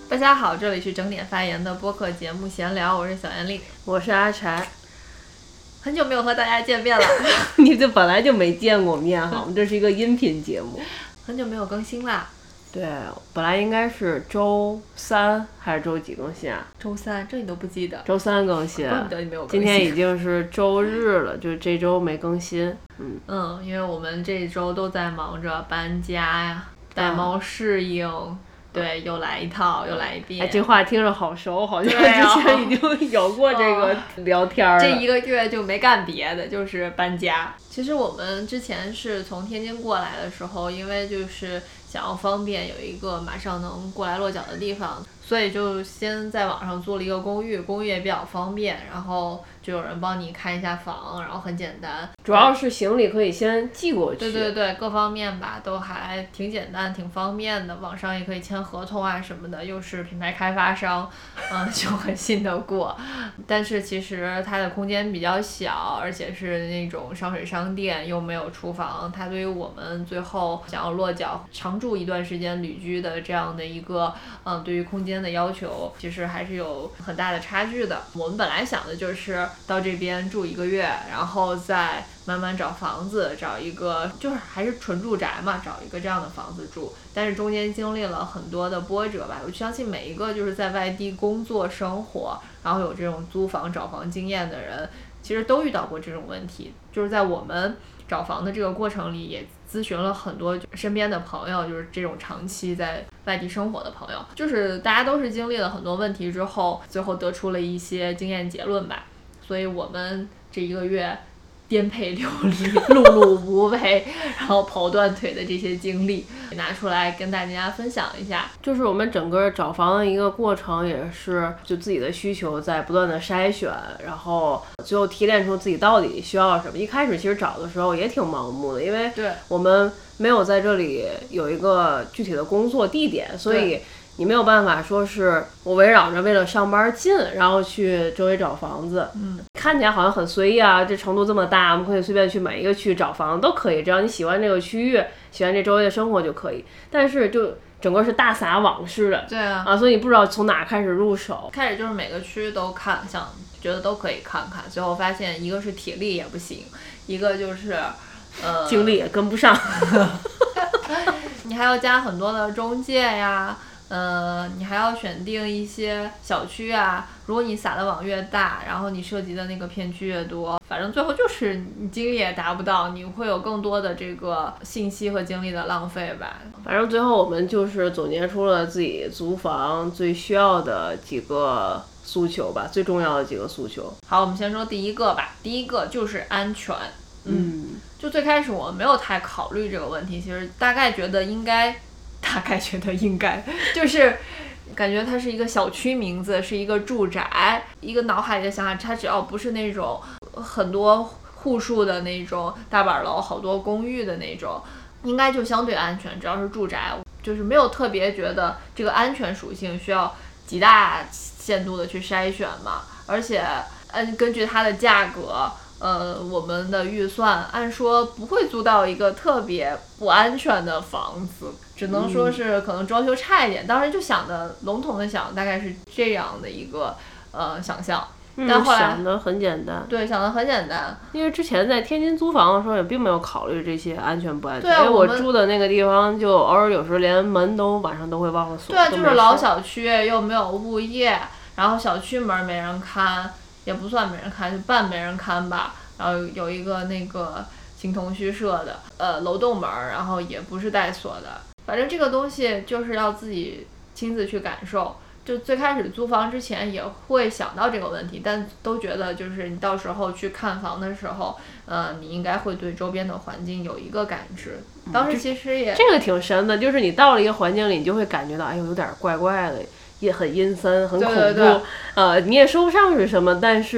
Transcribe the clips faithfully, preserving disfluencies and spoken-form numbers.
大家好，这里是整点发言的播客节目闲聊，我是小严丽， 我是阿柴。 很久没有和大家见面了， 你这本来就没见过面哈，我们这是一个音频节目， 很久没有更新啦。 对，本来应该是周三还是周几更新啊？ 周三，这你都不记得？ 周三更新， 怪不得你没有更新。 今天已经是周日了，就这周没更新。嗯嗯，因为我们这一周都在忙着搬家呀，带猫适应。啊对，又来一套，又来一遍。 哎，这话听着好熟，好像之前已经有过这个聊天了。 哦、这一个月就没干别的，就是搬家。其实我们之前是从天津过来的时候，因为就是想要方便有一个马上能过来落脚的地方，所以就先在网上租了一个公寓，公寓也比较方便，然后就有人帮你看一下房，然后很简单， 主要是行李可以先寄过去。 对对对，各方面吧都还挺简单，挺方便的，网上也可以签合同啊什么的，又是品牌开发商，嗯，就很信得过。但是其实它的空间比较小，而且是那种商水商店，又没有厨房，它对于我们最后想要落脚常住一段时间旅居的这样的一个，嗯，对于空间的要求，其实还是有很大的差距的。我们本来想的就是到这边住一个月，然后再慢慢找房子，找一个就是还是纯住宅嘛，找一个这样的房子住。但是中间经历了很多的波折吧，我相信每一个就是在外地工作生活，然后有这种租房找房经验的人，其实都遇到过这种问题。就是在我们找房的这个过程里，也咨询了很多身边的朋友，就是这种长期在外地生活的朋友，就是大家都是经历了很多问题之后，最后得出了一些经验结论吧。所以我们这一个月颠沛流离、碌碌无为，然后跑断腿的这些经历拿出来跟大家分享一下。 就是我们整个找房的一个过程，也是就自己的需求在不断的筛选，然后最后提炼出自己到底需要什么。一开始其实找的时候也挺盲目的，因为我们没有在这里有一个具体的工作地点，所以你没有办法说是我围绕着为了上班近，然后去周围找房子。 嗯， 看起来好像很随意啊，这成都这么大，我们可以随便去每一个区找房都可以，只要你喜欢这个区域，喜欢这周围的生活就可以。但是就整个是大撒网式的， 对啊， 啊，所以你不知道从哪开始入手。 开始就是每个区都看，想觉得都可以看看，最后发现一个是体力也不行，一个就是呃精力也跟不上， 你还要加很多的中介呀。呃，你还要选定一些小区啊，如果你撒的网越大，然后你涉及的那个片区越多，反正最后就是你精力也达不到，你会有更多的这个信息和精力的浪费吧。 反正最后我们就是总结出了自己租房最需要的几个诉求吧，最重要的几个诉求。 好，我们先说第一个吧，第一个就是安全。 嗯， 就最开始我没有太考虑这个问题，其实大概觉得应该大概觉得应该就是感觉它是一个小区名字，是一个住宅，一个脑海里的想法，它只要不是那种很多户数的那种大板楼，好多公寓的那种，应该就相对安全。只要是住宅，就是没有特别觉得这个安全属性需要极大限度的去筛选嘛。而且嗯，根据它的价格，呃，我们的预算按说不会租到一个特别不安全的房子，只能说是可能装修差一点。嗯、当时就想的笼统的想，大概是这样的一个呃想象。但后来、 嗯、想的很简单， 对，想的很简单。 因为之前在天津租房的时候，也并没有考虑这些安全不安全。 对、啊， 因为我住的那个地方，就偶尔有时候连门都晚上都会忘了锁。 对、啊，就是老小区，又没有物业，然后小区门没人看，也不算没人看，就半没人看吧。然后有一个那个形同虚设的呃楼栋门，然后也不是带锁的。反正这个东西就是要自己亲自去感受。就最开始租房之前也会想到这个问题，但都觉得就是你到时候去看房的时候，呃，你应该会对周边的环境有一个感知。当时其实也、 嗯、这个挺深的，就是你到了一个环境里，你就会感觉到，哎呦，有点怪怪的，也很阴森，很恐怖。 对对对呃，你也说不上是什么，但是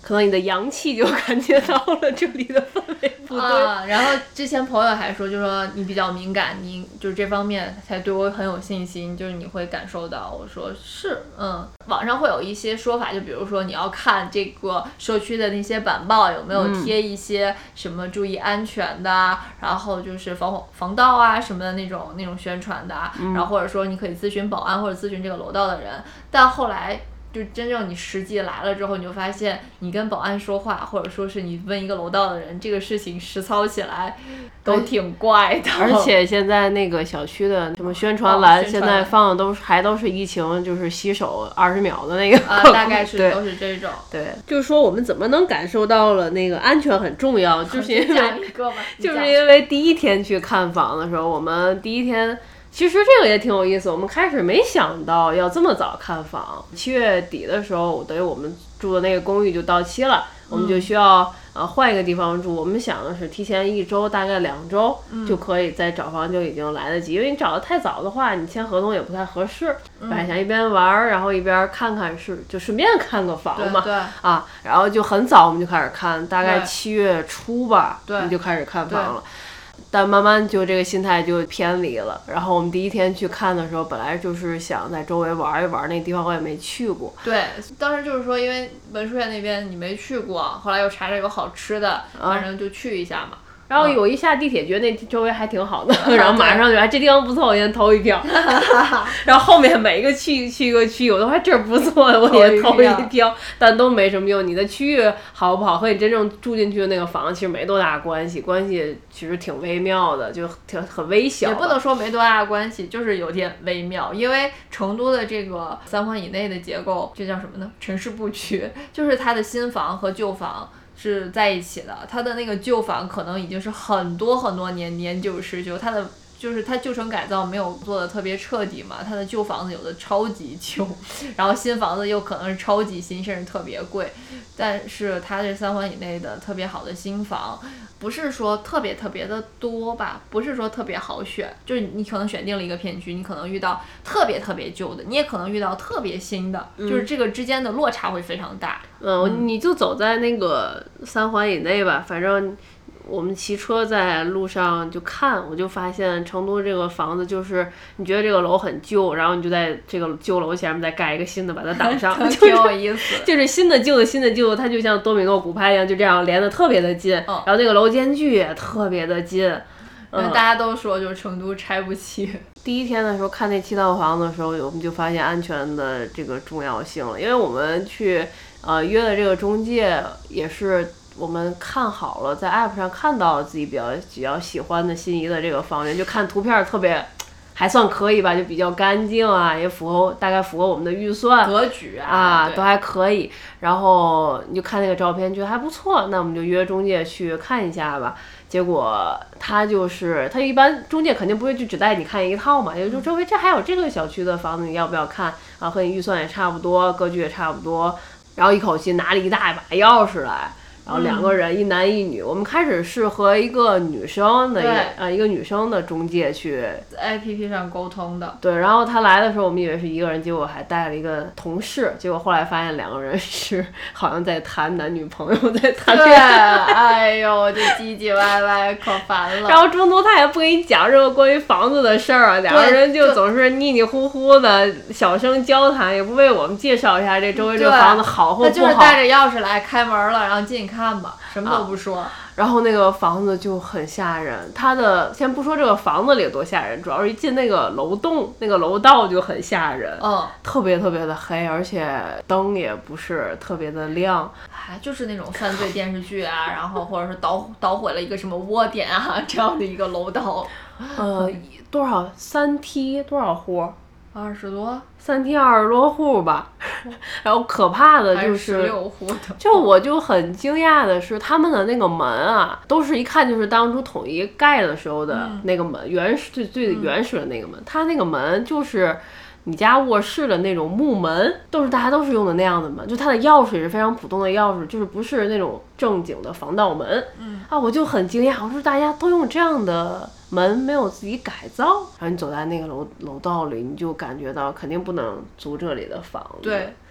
可能你的阳气就感觉到了这里的氛围不对、 啊。然后之前朋友还说，就说你比较敏感，你就是这方面才对我很有信心，就是你会感受到。我说是，嗯，网上会有一些说法，就比如说你要看这个社区的那些板报有没有贴一些什么注意安全的、嗯、然后就是防防盗啊什么的那种那种宣传的、嗯、然后或者说你可以咨询保安或者咨询这个楼道的人。但后来就真正你实际来了之后，你就发现你跟保安说话，或者说是你问一个楼道的人，这个事情实操起来都挺怪的。 而且现在那个小区的什么宣传栏、哦、现在放的都是还都是疫情就是洗手二十秒的那个啊、呃，大概是都是这种。 对，就是说我们怎么能感受到了那个安全很重要，就是因为就是因为第一天去看房的时候，我们第一天。其实这个也挺有意思，我们开始没想到要这么早看房。七月底的时候，等于我们住的那个公寓就到期了，我们就需要呃换一个地方住。我们想的是提前一周，大概两周就可以再找房，就已经来得及。因为你找得太早的话，你签合同也不太合适。本来想一边玩，然后一边看看是就顺便看个房嘛， 对对啊，然后就很早我们就开始看，大概七月初吧，我们就开始看房了。但慢慢就这个心态就偏离了。然后我们第一天去看的时候，本来就是想在周围玩一玩，那地方我也没去过。 对，当时就是说，因为文殊院那边你没去过，后来又查着有好吃的，反正就去一下嘛。 然后有一下地铁觉得那周围还挺好的，嗯、然后马上就哎这地方不错，我先投一票。然后后面每一个去去一个区，有的话这儿不错，我也投一票，但都没什么用。你的区域好不好和你真正住进去的那个房其实没多大关系，关系其实挺微妙的，就挺很微小的。 也不能说没多大关系，就是有点微妙。因为成都的这个三环以内的结构，这叫什么呢？城市布局，就是它的新房和旧房是在一起的。它的那个旧房可能已经是很多很多年年久失修，它的就是它旧城改造没有做的特别彻底嘛，它的旧房子有的超级旧，然后新房子又可能是超级新，甚至特别贵。但是它这三环以内的特别好的新房，不是说特别特别的多吧，不是说特别好选，就是你可能选定了一个片区，你可能遇到特别特别旧的，你也可能遇到特别新的， 嗯、 就是这个之间的落差会非常大。 嗯，嗯你就走在那个三环以内吧，反正。我们骑车在路上就看，我就发现成都这个房子就是你觉得这个楼很旧，然后你就在这个旧楼前面再盖一个新的把它挡上， 挺有意思。 就是新的旧的新的旧的，它就像多米诺骨牌一样，就这样连得特别的近， 哦、 然后那个楼间距也特别的近。 因为大家都说就是成都拆不起。 第一天的时候看那七套房的时候，我们就发现安全的这个重要性了，因为我们去呃约的这个中介也是。我们看好了，在 app 上看到了自己比较比较喜欢的心仪的这个房源，就看图片特别还算可以吧，就比较干净啊，也符合大概符合我们的预算格局啊， 啊都还可以。然后你就看那个照片，觉得还不错，那我们就约中介去看一下吧。结果他就是他一般中介肯定不会就只带你看一套嘛，也就周围这还有这个小区的房子，你要不要看啊？和你预算也差不多，格局也差不多，然后一口气拿了一大把钥匙来。然后两个人、嗯、一男一女，我们开始是和一个女生的一个呃一个女生的中介去 A P P 上沟通的。 对，然后他来的时候我们以为是一个人，结果还带了一个同事，结果后来发现两个人是好像在谈男女朋友在谈恋爱。 哎呦，这唧唧歪歪可烦了。 然后中途他也不给你讲任何关于房子的事儿啊，两个人就总是腻腻乎乎的小声交谈，也不为我们介绍一下这周围这个房子好或不好。 他就是带着钥匙来开门了，然后进去看吧，什么都不说、啊、 然后那个房子就很吓人，它的先不说这个房子里有多吓人，主要是一进那个楼栋那个楼道就很吓人， 嗯， 特别特别的黑，而且灯也不是特别的亮， 哎，就是那种犯罪电视剧啊，然后或者是捣捣毁了一个什么窝点啊这样的一个楼道。 呃，多少三梯多少户？ 二十多， 三梯二十多户吧。然后可怕的就是十六户的， 就我就很惊讶的是，他们的那个门啊，都是一看就是当初统一盖的时候的那个门，嗯、原始最最原始的那个门，它、嗯、那个门就是你家卧室的那种木门，都是大家都是用的那样的门，就它的钥匙也是非常普通的钥匙，就是不是那种正经的防盗门。 嗯啊，我就很惊讶，我说大家都用这样的门，没有自己改造。然后你走在那个楼楼道里，你就感觉到肯定不能租这里的房子。 对，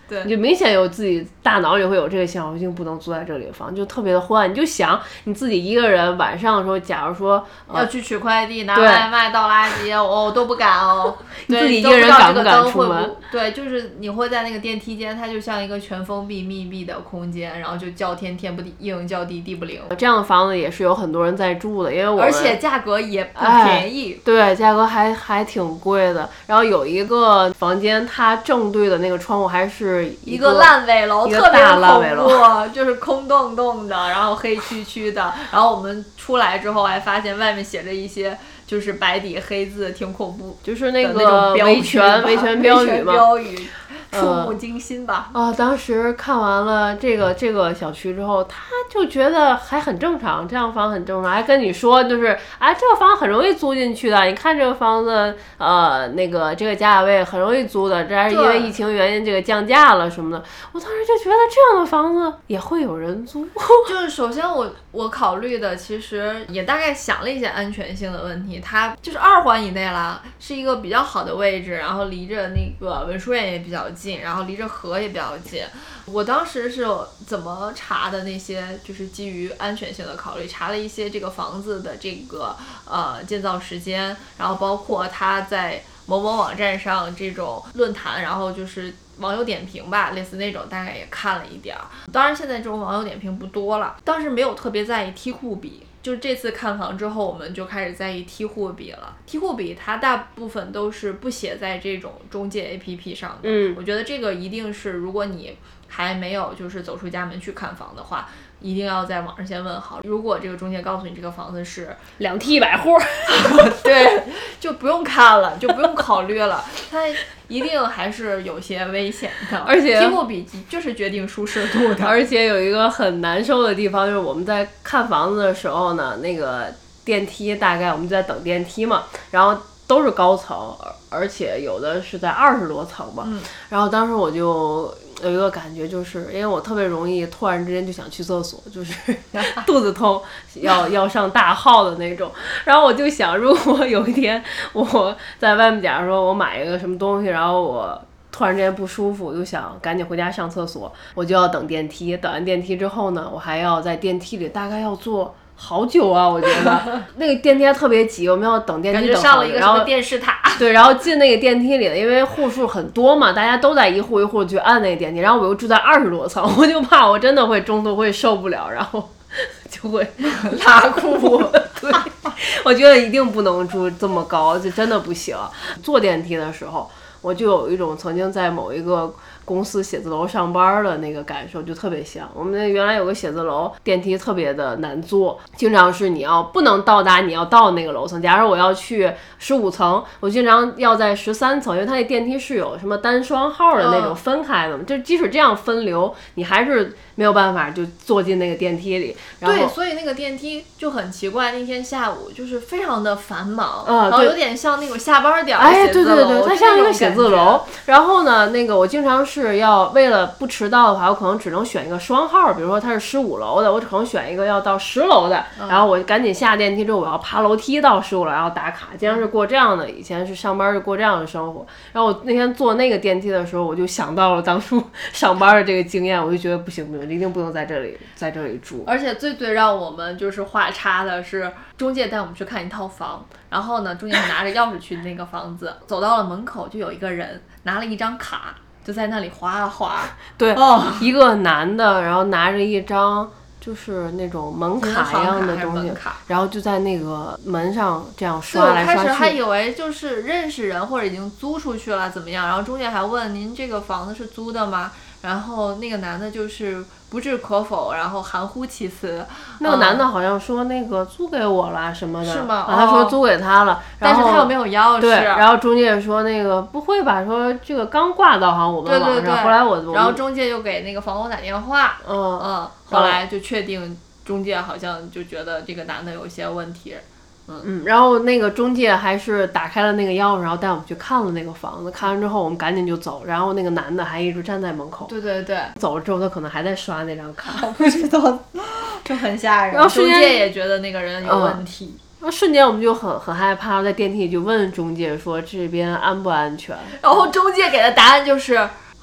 对， 你就明显有自己大脑里会有这个想法，我一定不能租在这里的房，就特别的昏暗。你就想你自己一个人晚上的时候，假如说、 呃、要去取快递、拿外卖、倒垃圾，我、哦、都不敢哦。 你自己一个人敢不敢出门？ 对，就是你会在那个电梯间，它就像一个全封闭、密闭的空间，然后就叫天天不应，叫地地不灵。 这样的房子也是有很多人在住的，因为我而且价格也不便宜。 哎、对，价格还还挺贵的。然后有一个房间，它正对的那个窗户还是一个烂尾楼， 特别恐怖，就是空洞洞的，然后黑黢黢的。然后我们出来之后还发现外面写着一些就是白底黑字，挺恐怖， 就是那个维权维权标语嘛， 标语触目惊心吧。 啊、呃哦，当时看完了这个这个小区之后，他就觉得还很正常，这样房很正常，还跟你说就是啊，这个房很容易租进去的，你看这个房子呃那个这个价位很容易租的，这还是因为疫情原因这个降价了什么的。我当时就觉得这样的房子也会有人租。 就是首先我我考虑的其实也大概想了一些安全性的问题，它就是二环以内啦，是一个比较好的位置，然后离着那个文殊院也比较近，然后离着河也比较近。我当时是怎么查的那些，就是基于安全性的考虑，查了一些这个房子的这个呃建造时间，然后包括它在某某网站上这种论坛，然后就是网友点评吧，类似那种大概也看了一点儿。当然现在这种网友点评不多了，当时没有特别在意梯户比。就这次看房之后，我们就开始在意梯户比了。梯户比它大部分都是不写在这种中介 A P P 上的。 嗯， 我觉得这个一定是，如果你还没有就是走出家门去看房的话，一定要在网上先问好。如果这个中介告诉你这个房子是两梯一百户， 对，就不用看了，就不用考虑了。它一定还是有些危险的， 而且梯户比就是决定舒适度的。 而且有一个很难受的地方，就是我们在看房子的时候呢，那个电梯大概我们就在等电梯嘛，然后都是高层，而且有的是在二十多层吧。 嗯， 然后当时我就有一个感觉，就是因为我特别容易突然之间就想去厕所，就是肚子痛要要上大号的那种。然后我就想，如果有一天我在外面，假如说我买一个什么东西，然后我突然之间不舒服，我就想赶紧回家上厕所，我就要等电梯。等完电梯之后呢，我还要在电梯里大概要坐好久啊，我觉得那个电梯还特别挤，我们要等电梯等好久， 上了一个什么电视塔。 对，然后进那个电梯里的，因为户数很多嘛，大家都在一户一户去按那个电梯，然后我又住在二十多层，我就怕我真的会中途会受不了，然后就会拉裤。 对，我觉得一定不能住这么高，就真的不行。坐电梯的时候，我就有一种曾经在某一个公司写字楼上班的那个感受，就特别像我们原来有个写字楼，电梯特别的难坐，经常是你要不能到达你要到那个楼层。假如我要去十五层，我经常要在十三层，因为它那电梯是有什么单双号的那种分开的嘛，嗯、就即使这样分流，你还是没有办法就坐进那个电梯里。然后对，所以那个电梯就很奇怪，那天下午就是非常的繁忙， 呃、 然后有点像那种下班点哎，对对对，它像一个写字楼。然后呢，那个我经常是要为了不迟到的话，我可能只能选一个双号，比如说它是十五楼的，我可能选一个要到十楼的， 嗯、 然后我赶紧下电梯之后，我要爬楼梯到十五楼，然后打卡。经常是过这样的，以前是上班是过这样的生活。然后我那天坐那个电梯的时候，我就想到了当初上班的这个经验，我就觉得不行不行，一定不能在这里在这里住。 而且最最让我们就是画叉的是，中介带我们去看一套房，然后呢，中介拿着钥匙去那个房子，走到了门口就有一个人拿了一张卡，就在那里划啊划。 对， 哦， 一个男的，然后拿着一张就是那种门卡一样的东西，然后就在那个门上这样刷来刷去。 我开始还以为就是认识人或者已经租出去了怎么样，然后中介还问您这个房子是租的吗？然后那个男的就是不置可否，然后含糊其辞。 那个男的好像说那个租给我了什么的， 是吗？ 啊、他说租给他了， 但是他又没有钥匙。 对，然后中介说那个不会吧，说这个刚挂到好像我们网上。 对对对。 后来我， 然后中介又给那个房东打电话， 嗯嗯，后来就确定中介好像就觉得这个男的有些问题。嗯嗯，然后那个中介还是打开了那个钥匙，然后带我们去看了那个房子。看完之后，我们赶紧就走。然后那个男的还一直站在门口。 对对对。 走了之后，他可能还在刷那张卡。 我不知道，就很吓人。 然后中介也觉得那个人有问题。 然后瞬间我们就很很害怕，在电梯里就问中介说这边安不安全。 然后中介给的答案就是。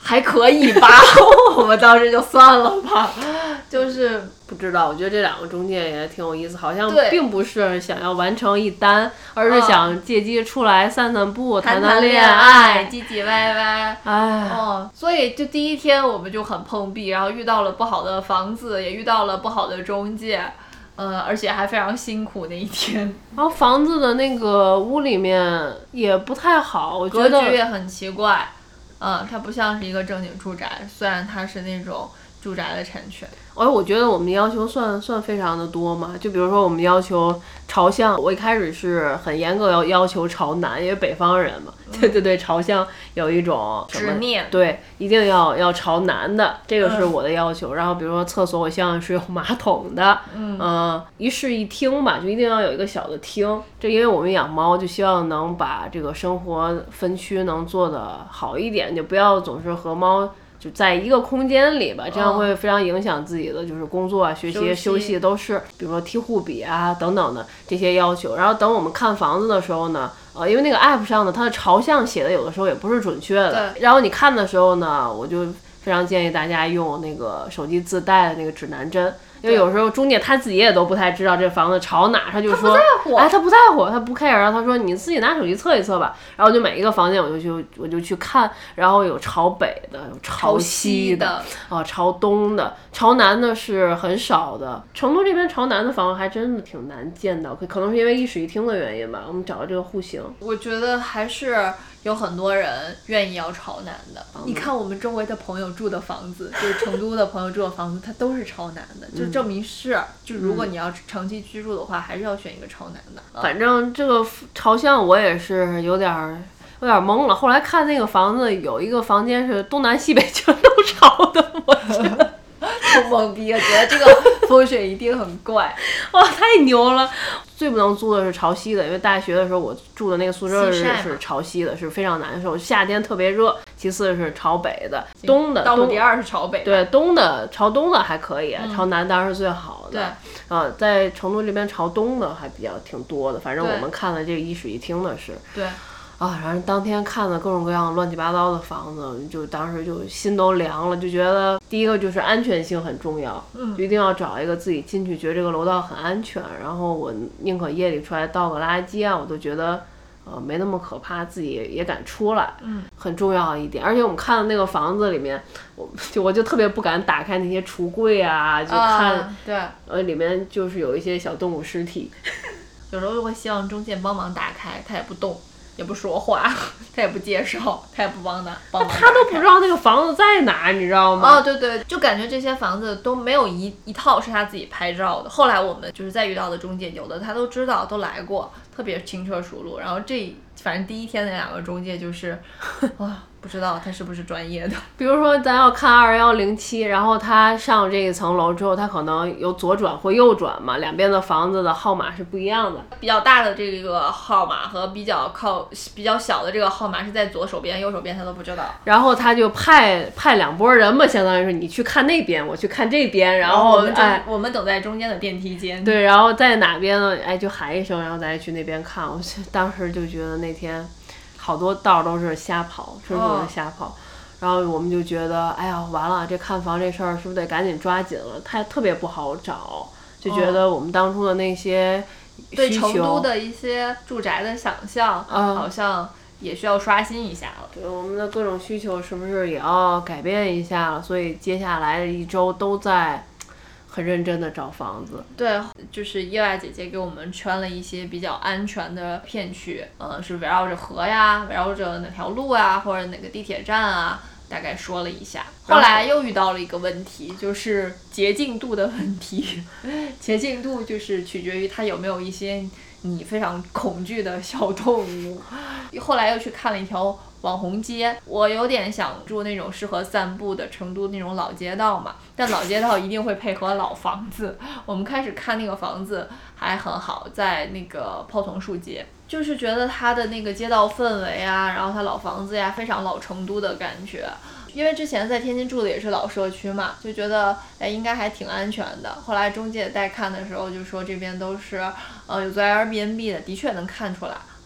还可以吧，我们当时就算了吧，就是不知道。我觉得这两个中介也挺有意思，好像并不是想要完成一单，而是想借机出来散散步、 谈谈恋爱、 唧唧歪歪。 哎， 哦，所以就第一天我们就很碰壁，然后遇到了不好的房子，也遇到了不好的中介。呃，而且还非常辛苦那一天。 然后房子的那个屋里面也不太好，我觉得格局也很奇怪。嗯，它不像是一个正经住宅，虽然它是那种住宅的产权。 哎，我觉得我们的要求算算非常的多嘛，就比如说我们要求朝向，我一开始是很严格要要求朝南，因为北方人嘛，嗯、对对对，朝向有一种执念， 对，一定要要朝南的，这个是我的要求。嗯、然后比如说厕所，我希望是有马桶的，嗯、呃，一室一厅吧，就一定要有一个小的厅。这因为我们养猫，就希望能把这个生活分区能做得好一点，就不要总是和猫。就在一个空间里吧，这样会非常影响自己的就是工作啊、学习、休息都是，比如说梯户比啊等等的这些要求。然后等我们看房子的时候呢，呃，因为那个 app 上呢，它的朝向写的有的时候也不是准确的。然后你看的时候呢，我就非常建议大家用那个手机自带的那个指南针。因为有时候中介他自己也都不太知道这房子朝哪，他就说，哎，他不在乎，他不 care， 然后他说你自己拿手机测一测吧。然后就每一个房间我就去我就去看，然后有朝北的，有朝西的，啊、呃，朝东的，朝南的是很少的。成都这边朝南的房子还真的挺难见到，可能是因为一室一厅的原因吧。我们找到这个户型， 我觉得还是有很多人愿意要朝南的。你看我们周围的朋友住的房子，就是成都的朋友住的房子，它都是朝南的，就证明是，就如果你要长期居住的话，嗯、还是要选一个朝南的。 嗯、反正这个朝向我也是有点有点懵了。后来看那个房子，有一个房间是东南西北全都朝的，我觉得就懵逼了，觉得这个风水一定很怪。 哇，太牛了！最不能租的是朝西的，因为大学的时候我住的那个宿舍是是朝西的，是非常难受，夏天特别热。其次是朝北的，东的倒数第二是朝北的， 对，东的朝东的还可以，嗯、朝南当然是最好的。 对， 呃，在成都这边朝东的还比较挺多的，反正我们看了这个一室一厅的是。 对。 啊，然后当天看了各种各样乱七八糟的房子，就当时就心都凉了，就觉得第一个就是安全性很重要，嗯，就一定要找一个自己进去觉得这个楼道很安全，然后我宁可夜里出来倒个垃圾啊，我都觉得呃没那么可怕，自己 也, 也敢出来，嗯，很重要一点。而且我们看的那个房子里面，我就我就特别不敢打开那些橱柜啊，就看， 啊、对， 呃，里面就是有一些小动物尸体， 有时候就会希望中介帮忙打开，他也不动。也不说话，他也不介绍，他也不帮他帮忙， 他都不知道那个房子在哪，你知道吗？ 哦，对对，就感觉这些房子都没有一一套是他自己拍照的。后来我们就是再遇到的中介，有的他都知道，都来过，特别轻车熟路。然后这反正第一天那两个中介就是，哇，不知道他是不是专业的。 比如说咱要看二幺零七，然后他上这一层楼之后，他可能有左转或右转嘛，两边的房子的号码是不一样的。 比较大的这个号码和比较靠比较小的这个号码是在左手边，右手边他都不知道。 然后他就派派两拨人嘛，相当于是你去看那边，我去看这边，然后我们哎， 我们等在中间的电梯间。 对，然后在哪边呢？哎，就喊一声，然后再去那边看。我当时就觉得那天好多道都是瞎跑，真的是瞎跑。哦，然后我们就觉得，哎呀，完了，这看房这事儿是不是得赶紧抓紧了？太特别不好找，就觉得我们当初的那些需求， 对成都的一些住宅的想象，嗯，好像也需要刷新一下了。 对，我们的各种需求是不是也要改变一下了？所以接下来的一周都在很认真的找房子。 对，就是叶外姐姐给我们圈了一些比较安全的片区，呃，是围绕着河呀，围绕着哪条路啊，或者哪个地铁站啊，大概说了一下。后来又遇到了一个问题，就是洁净度的问题。洁净度就是取决于它有没有一些你非常恐惧的小动物。后来又去看了一条网红街，我有点想住那种适合散步的成都那种老街道嘛，但老街道一定会配合老房子。我们开始看那个房子还很好，在那个泡桐树街，就是觉得它的那个街道氛围啊，然后它老房子呀，非常老成都的感觉。因为之前在天津住的也是老社区嘛，就觉得哎应该还挺安全的。后来中介带看的时候就说这边都是呃有做 Airbnb 的，的确能看出来。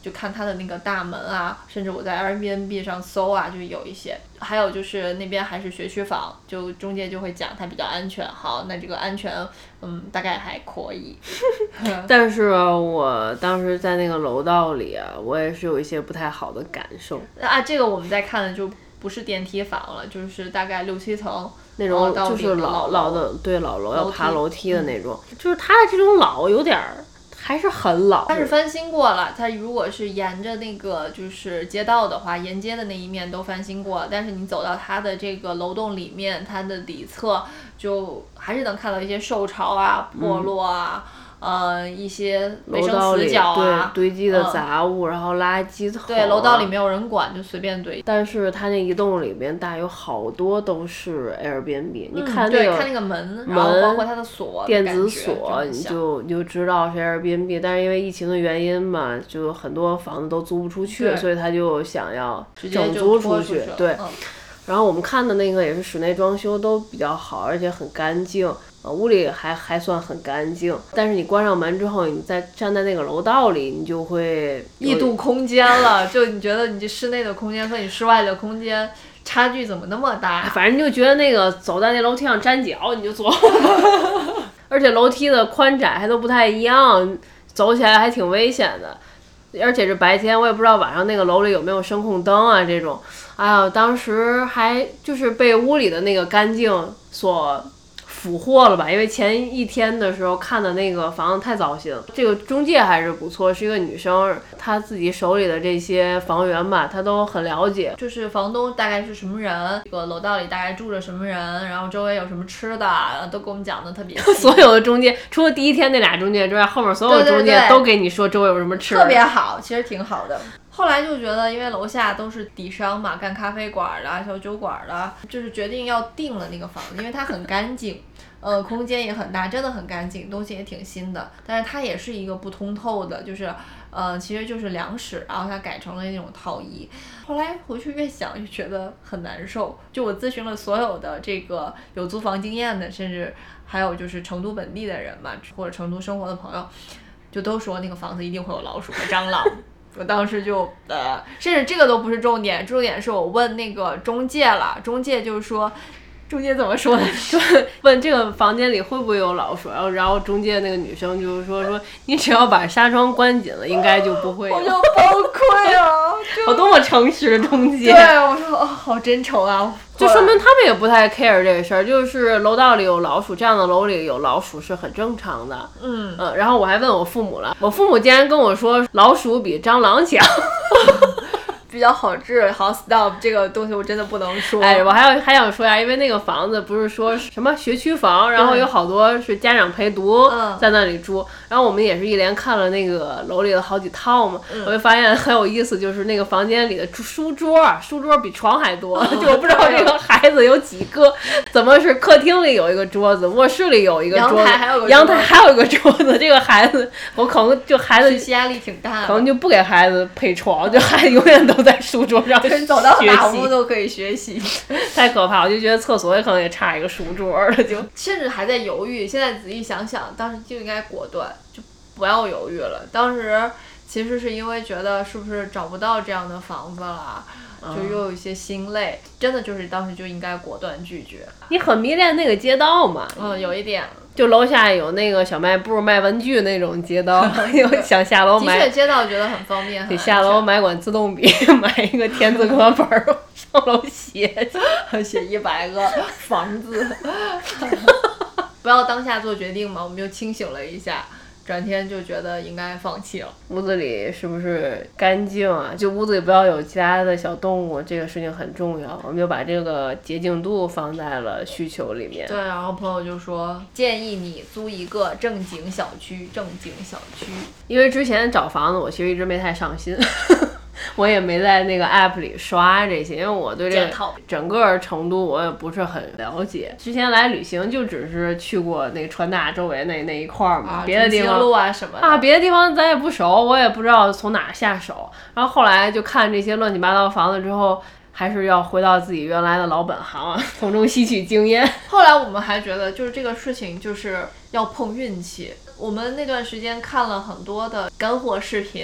就看它的那个大门啊，甚至我在 Airbnb 上搜啊，就有一些。还有就是那边还是学区房，就中介就会讲它比较安全。好，那这个安全，嗯，大概还可以。 但是我当时在那个楼道里啊，我也是有一些不太好的感受。 啊，这个我们在看的就不是电梯房了，就是大概六七层那种，就是老老的，对，老楼要爬楼梯的那种。嗯、就是它的这种老有点儿。还是很老， 它是翻新过了。它如果是沿着那个就是街道的话，沿街的那一面都翻新过了，但是你走到它的这个楼栋里面，它的底侧就还是能看到一些受潮啊、破落啊。嗯呃，一些卫生死角啊， 对，堆积的杂物，嗯、然后垃圾桶、啊。 对，楼道里没有人管，就随便堆。 但是它那一栋里面大有好多都是 Airbnb，、 嗯、 你看那个对，看那个门，然后包括它的锁， 电子锁，你就你就知道是 Airbnb。但是因为疫情的原因嘛，就很多房子都租不出去，所以他就想要整租出去。对、 嗯， 然后我们看的那个也是室内装修都比较好，而且很干净。呃，屋里还还算很干净，但是你关上门之后，你再站在那个楼道里，你就会异度空间了。就你觉得你这室内的空间和你室外的空间差距怎么那么大？ 反正你就觉得那个走在那楼梯上沾脚，你就坐。而且楼梯的宽窄还都不太一样，走起来还挺危险的。而且是白天，我也不知道晚上那个楼里有没有声控灯啊这种。哎呀，当时还就是被屋里的那个干净所俘获了吧，因为前一天的时候看的那个房子太糟心了。这个中介还是不错，是一个女生，她自己手里的这些房源吧，她都很了解， 就是房东大概是什么人，这个楼道里大概住着什么人，然后周围有什么吃的，都给我们讲的特别细。 所有的中介，除了第一天那俩中介之外，后面所有的中介都给你说周围有什么吃的， 特别好，其实挺好的。后来就觉得，因为楼下都是底商嘛，干咖啡馆的、小酒馆的，就是决定要订了那个房子，因为它很干净。呃，空间也很大，真的很干净，东西也挺新的，但是它也是一个不通透的，就是呃，其实就是两室，然后它改成了那种套一。后来回去越想越觉得很难受，就我咨询了所有的这个有租房经验的，甚至还有就是成都本地的人嘛，或者成都生活的朋友，就都说那个房子一定会有老鼠和蟑螂。我当时就呃，甚至这个都不是重点，重点是我问那个中介了，中介就是说。中介怎么说呢？ 说问这个房间里会不会有老鼠，然后然后中介那个女生就是说说你只要把纱窗关紧了，应该就不会有。 我就崩溃了， 我多么诚实的中介。 对，我说哦，好真诚啊， 就说明他们也不太 care 这个事儿，就是楼道里有老鼠，这样的楼里有老鼠是很正常的。 嗯嗯，然后我还问我父母了，我父母竟然跟我说老鼠比蟑螂强。 比较好治，好 stop 这个东西我真的不能说。 哎，我还要还想说呀，因为那个房子不是说什么学区房，然后有好多是家长陪读在那里住，嗯、然后我们也是一连看了那个楼里的好几套嘛，嗯、我就发现很有意思，就是那个房间里的书桌，书桌比床还多，哦、就我不知道这个孩子有几个，怎么是客厅里有一个桌子，卧室里有一个桌子，阳台还有个阳台还有一个桌子，这个孩子我可能就孩子学习压力挺大的， 可能就不给孩子配床，就孩子永远都在书桌上人走到哪屋都可以学习， 太可怕！我就觉得厕所也可能也差一个书桌了，就甚至还在犹豫。现在仔细想想，当时就应该果断，就不要犹豫了。当时其实是因为觉得是不是找不到这样的房子了，就又有一些心累，嗯、真的就是当时就应该果断拒绝。 你很迷恋那个街道嘛？ 嗯，有一点。 就楼下有那个小卖部卖文具那种街道，有想下楼买。 的确，街道觉得很方便。 得下楼买管自动笔，买一个田字课本儿，上楼写， 写一百个房子。不要当下做决定嘛，我们就清醒了一下。转天就觉得应该放弃了。 屋子里是不是干净啊？就屋子里不要有其他的小动物，这个事情很重要。我们就把这个洁净度放在了需求里面。 对，然后朋友就说建议你租一个正经小区，正经小区。 因为之前找房子我其实一直没太上心。我也没在那个 app 里刷这些，因为我对这个整个成都我也不是很了解。之前来旅行就只是去过那个川大周围那那一块嘛， 啊、 别的地方路啊什么的啊，别的地方咱也不熟，我也不知道从哪下手。然后后来就看这些乱七八糟房子之后，还是要回到自己原来的老本行，从中吸取经验。 后来我们还觉得，就是这个事情就是要碰运气。我们那段时间看了很多的干货视频。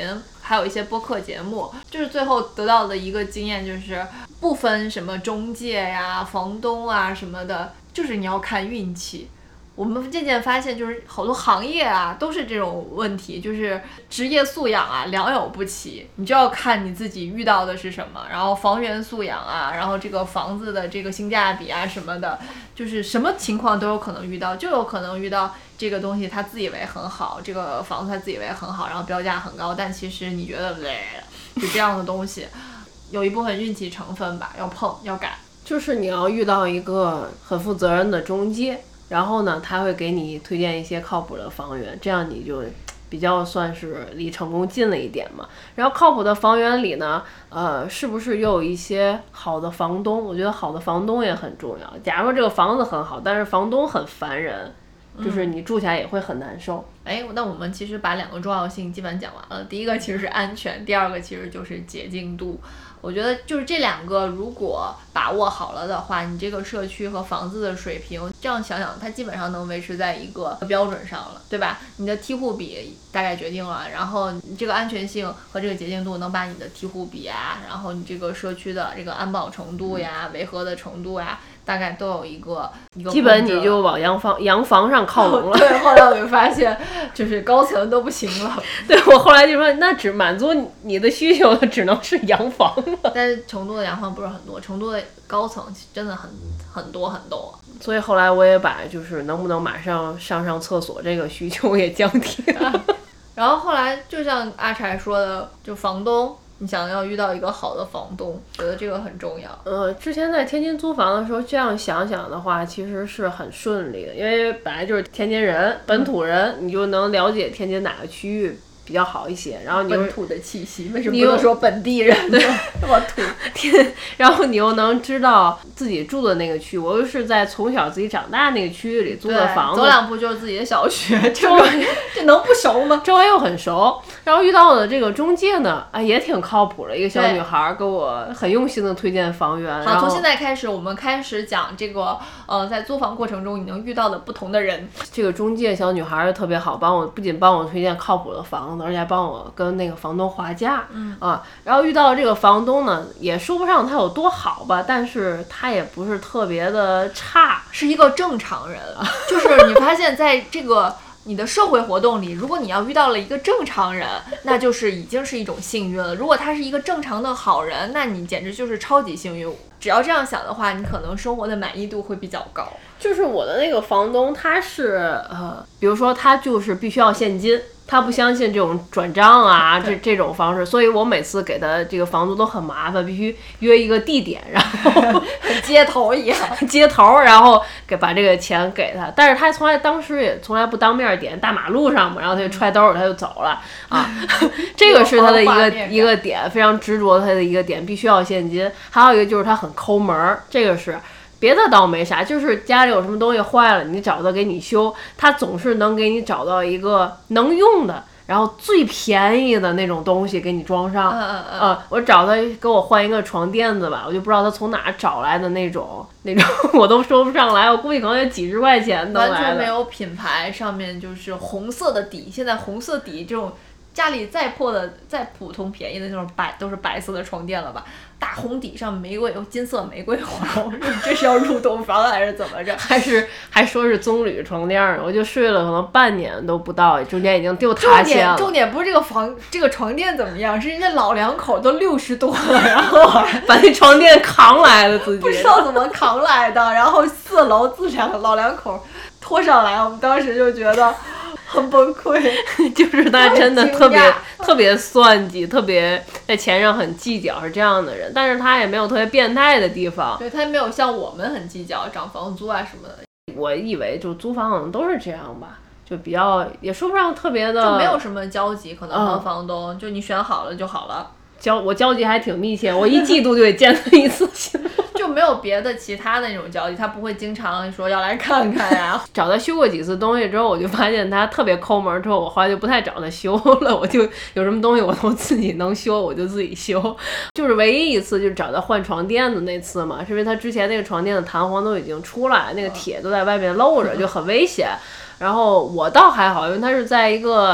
还有一些播客节目，就是最后得到的一个经验就是不分什么中介呀、房东啊什么的，就是你要看运气。我们渐渐发现，就是好多行业啊都是这种问题，就是职业素养啊良莠不齐，你就要看你自己遇到的是什么，然后房源素养啊，然后这个房子的这个性价比啊什么的，就是什么情况都有可能遇到，就有可能遇到这个东西他自以为很好，这个房子他自以为很好，然后标价很高，但其实你觉得嘞，就这样的东西，有一部分运气成分吧，要碰要赶， 就是你要遇到一个很负责任的中介。然后呢，他会给你推荐一些靠谱的房源，这样你就比较算是离成功近了一点嘛。然后靠谱的房源里呢，呃，是不是又有一些好的房东？我觉得好的房东也很重要。假如说这个房子很好，但是房东很烦人，就是你住起来也会很难受。 哎、嗯，那我们其实把两个重要性基本讲完了。第一个其实是安全，第二个其实就是洁净度。我觉得就是这两个如果把握好了的话，你这个社区和房子的水平，这样想想它基本上能维持在一个标准上了，对吧？你的梯户比大概决定了，然后你这个安全性和这个洁净度能把你的梯户比啊，然后你这个社区的这个安保程度呀、维和的程度呀，大概都有一个一个， 基本你就往洋房洋房上靠拢了。 对，后来我就发现就是高层都不行了。 对，我后来就说那只满足你的需求的只能是洋房了。 但是成都的洋房不是很多，成都的高层真的很很多很多。 所以后来我也把就是能不能马上上上厕所这个需求也降低了。啊、 然后后来就像阿柴说的，就房东。你想要遇到一个好的房东，觉得这个很重要。 呃，之前在天津租房的时候，这样想想的话，其实是很顺利的，因为本来就是天津人，本土人，你就能了解天津哪个区域比较好一些。然后你本土的气息，为什么不能说本地人呢？那么土。 然后你又能知道自己住的那个区，我又是在从小自己长大那个区域里租的房子， 走两步就是自己的小学，这这能不熟吗？ 周围又很熟，然后遇到的这个中介呢，啊也挺靠谱的，一个小女孩给我很用心的推荐房源。 好，从现在开始，我们开始讲这个呃，在租房过程中你能遇到的不同的人。 这个中介小女孩特别好，帮我不仅帮我推荐靠谱的房子，而且还帮我跟那个房东划价。 嗯啊，然后遇到这个房东呢，也说不上他有多好吧，但是他也不是特别的差， 是一个正常人。就是你发现在这个你的社会活动里，如果你要遇到了一个正常人，那就是已经是一种幸运了。如果他是一个正常的好人，那你简直就是超级幸运。只要这样想的话，你可能生活的满意度会比较高。 就是我的那个房东，他是呃，比如说他就是必须要现金，他不相信这种转账啊，这这种方式，所以我每次给他这个房租都很麻烦，必须约一个地点，然后接头一样， 接头，然后给把这个钱给他。但是他从来当时也从来不当面点，大马路上嘛，然后他就揣兜里他就走了啊，这个是他的一个一个点，非常执着他的一个点，必须要现金。还有一个就是他很抠门，这个是。别的倒没啥，就是家里有什么东西坏了，你找他给你修，他总是能给你找到一个能用的，然后最便宜的那种东西给你装上。 嗯嗯嗯。 呃，我找他给我换一个床垫子吧，我就不知道他从哪找来的那种那种，我都说不上来，我估计可能有几十块钱都来了。 完全没有品牌，上面就是红色的底，现在红色底这种。家里再破的、再普通便宜的那种白都是白色的床垫了吧？大红底上玫瑰，金色玫瑰花，我说你这是要入洞房还是怎么着？ 还是还说是棕榈床垫儿，我就睡了可能半年都不到，中间已经丢塌陷了。 重点重点不是这个房这个床垫怎么样，是人家老两口都六十多了，然后把那床垫扛来了自己， 不知道怎么扛来的，然后四楼自两老两口拖上来，我们当时就觉得。很崩溃， 就是他真的特别特别算计，特别在钱上很计较，是这样的人。但是他也没有特别变态的地方， 对他也没有像我们很计较涨房租啊什么的。 我以为就租房可能都是这样吧，就比较也说不上特别的， 就没有什么交集，可能和房东、嗯、就你选好了就好了。 交我交集还挺密切，我一季度就得见他一次行吗？ 就没有别的其他的那种交集，他不会经常说要来看看呀。 找他修过几次东西之后，我就发现他特别抠门，之后我后来就不太找他修了，我就有什么东西我都自己能修，我就自己修。就是唯一一次就是找他换床垫子那次嘛，是因为他之前那个床垫的弹簧都已经出来，那个铁都在外面露着，就很危险。然后我倒还好，因为他是在一个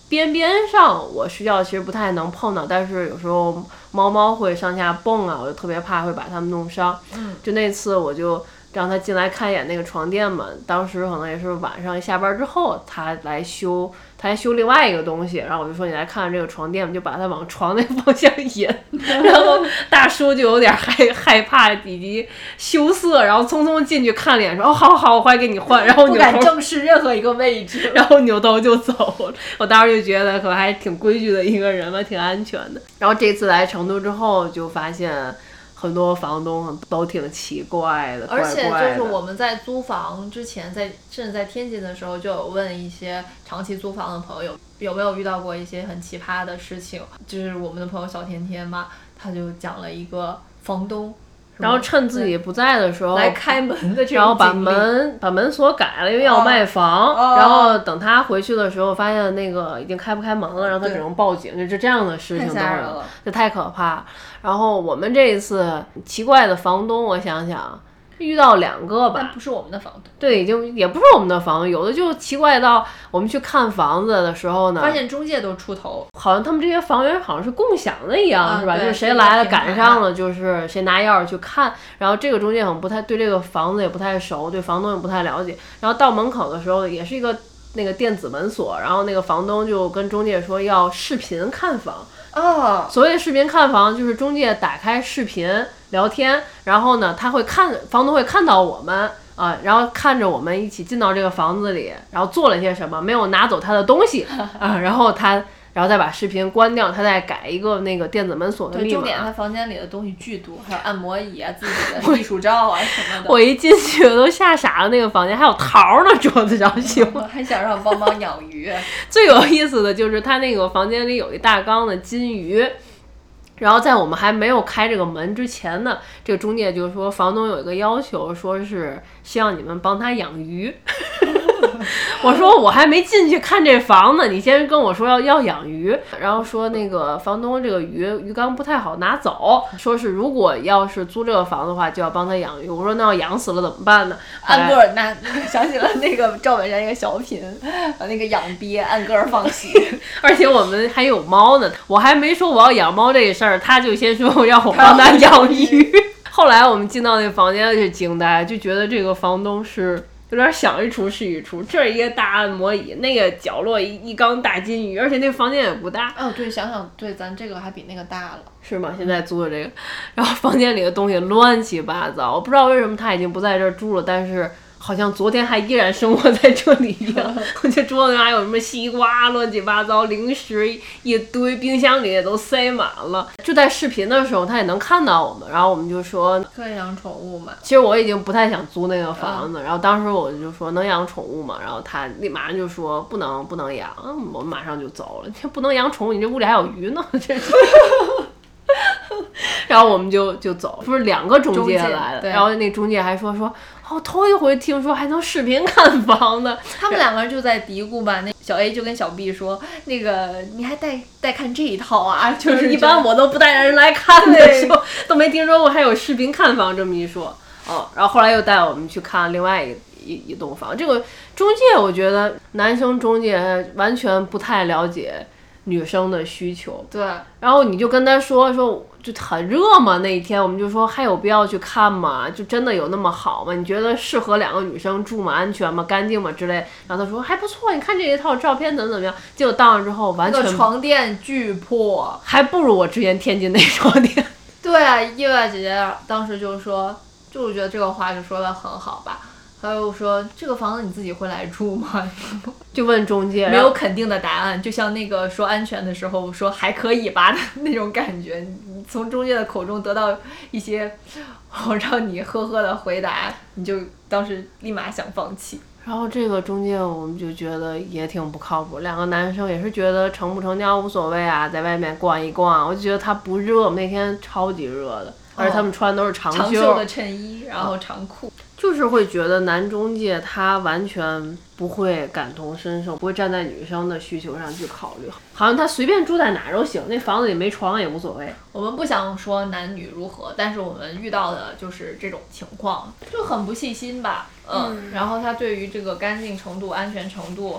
边边上我睡觉其实不太能碰到，但是有时候猫猫会上下蹦啊，我就特别怕会把它们弄伤。 嗯， 就那次我就让他进来看一眼那个床垫嘛，当时可能也是晚上下班之后他来修，他还修另外一个东西，然后我就说你来看看这个床垫，就把他往床那方向引，然后大叔就有点害害怕以及羞涩，然后匆匆进去看脸说哦好好我会给你换，然后扭头不敢正视任何一个位置， 然后扭头就走了。我当时就觉得可能还挺规矩的一个人吧，挺安全的。然后这次来成都之后就发现很多房东都挺奇怪的， 而且就是我们在租房之前，在甚至在天津的时候，就有问一些长期租房的朋友有没有遇到过一些很奇葩的事情。就是我们的朋友小甜甜嘛，他就讲了一个房东， 然后趁自己不在的时候来开门的这种经历， 然后把门把门锁改了，因为要卖房、 哦、 然后等他回去的时候发现那个已经开不开门了，然后他只能报警，就这样的事情都有，这太可怕。然后我们这一次奇怪的房东，我想想遇到两个吧， 但不是我们的房东， 对，已经也不是我们的房东，有的就奇怪到我们去看房子的时候呢， 发现中介都出头， 好像他们这些房源好像是共享的一样、 啊、 是吧？就是谁来了赶上了，就是谁拿钥匙去看。然后这个中介好像不太对这个房子也不太熟，对房东也不太了解。然后到门口的时候也是一个那个电子门锁，然后那个房东就跟中介说要视频看房。 哦， 所谓的视频看房就是中介打开视频聊天，然后呢他会看，房东会看到我们啊，然后看着我们一起进到这个房子里，然后做了些什么，没有拿走他的东西啊，然后他然后再把视频关掉，他再改一个那个电子门锁的密码。 对，重点他房间里的东西巨多，还有按摩椅啊、自己的艺术照啊什么的。 我一进去我都吓傻了，那个房间还有桃呢，桌子上行吗？ 还想让我帮忙养鱼。 最有意思的就是他那个房间里有一大缸的金鱼。然后在我们还没有开这个门之前呢，这个中介就说房东有一个要求，说是希望你们帮他养鱼。我说我还没进去看这房呢，你先跟我说要要养鱼，然后说那个房东这个鱼鱼缸不太好拿走，说是如果要是租这个房的话就要帮他养鱼。我说那要养死了怎么办呢？ 按个儿那想起了那个赵本山一个小品，把那个养鳖按个儿放血。 而且我们还有猫呢，我还没说我要养猫这个事儿，他就先说让我帮他养鱼。后来我们进到那个房间就惊呆，就觉得这个房东是有点想一出是一出，这儿一个大按摩椅，那个角落一一缸大金鱼，而且那房间也不大。 哦，对，想想对，咱这个还比那个大了， 是吗？现在租的这个，然后房间里的东西乱七八糟，我不知道为什么他已经不在这儿住了，但是好像昨天还依然生活在这里一样。我这桌子上还有什么西瓜，乱七八糟，零食一堆，冰箱里也都塞满了。就在视频的时候，他也能看到我们，然后我们就说可以养宠物嘛。 其实我已经不太想租那个房子，嗯、然后当时我就说能养宠物吗？然后他立马就说不能，不能养。嗯，我们马上就走了。这不能养宠物，你这屋里还有鱼呢，这是。然后我们就就走，不是两个中介来的，然后那中介还说说。哦，头一回听说还能视频看房的， 他们两个人就在嘀咕吧。那小 A 就跟小 B 说：“那个你还带带看这一套啊？就是一般我都不带人来看的，说都没听说过还有视频看房这么一说。”哦，然后后来又带我们去看另外一一一栋房。这个中介我觉得男生中介完全不太了解女生的需求。 对， 然后你就跟他说说。就很热嘛，那一天我们就说还有必要去看吗？就真的有那么好吗？你觉得适合两个女生住吗？安全吗？干净吗？之类。然后他说还不错，你看这一套照片怎么怎么样。结果到那之后完全、 那个床垫巨破， 还不如我之前天津那床垫。 对啊，意外姐姐当时就说，就我觉得这个话就说的很好吧。还有说这个房子你自己会来住吗？ 就问中介， 没有肯定的答案，就像那个说安全的时候说还可以吧的那种感觉。你从中介的口中得到一些让你呵呵的回答，你就当时立马想放弃。 然后这个中介我们就觉得也挺不靠谱，两个男生也是觉得成不成交无所谓啊，在外面逛一逛。我就觉得他不热，那天超级热的，而且他们穿都是长袖、 哦、长袖的衬衣，然后长裤。 就是会觉得男中介他完全不会感同身受，不会站在女生的需求上去考虑，好像他随便住在哪儿都行，那房子里没床也无所谓。 我们不想说男女如何，但是我们遇到的就是这种情况，就很不细心吧。嗯，嗯然后他对于这个干净程度、安全程度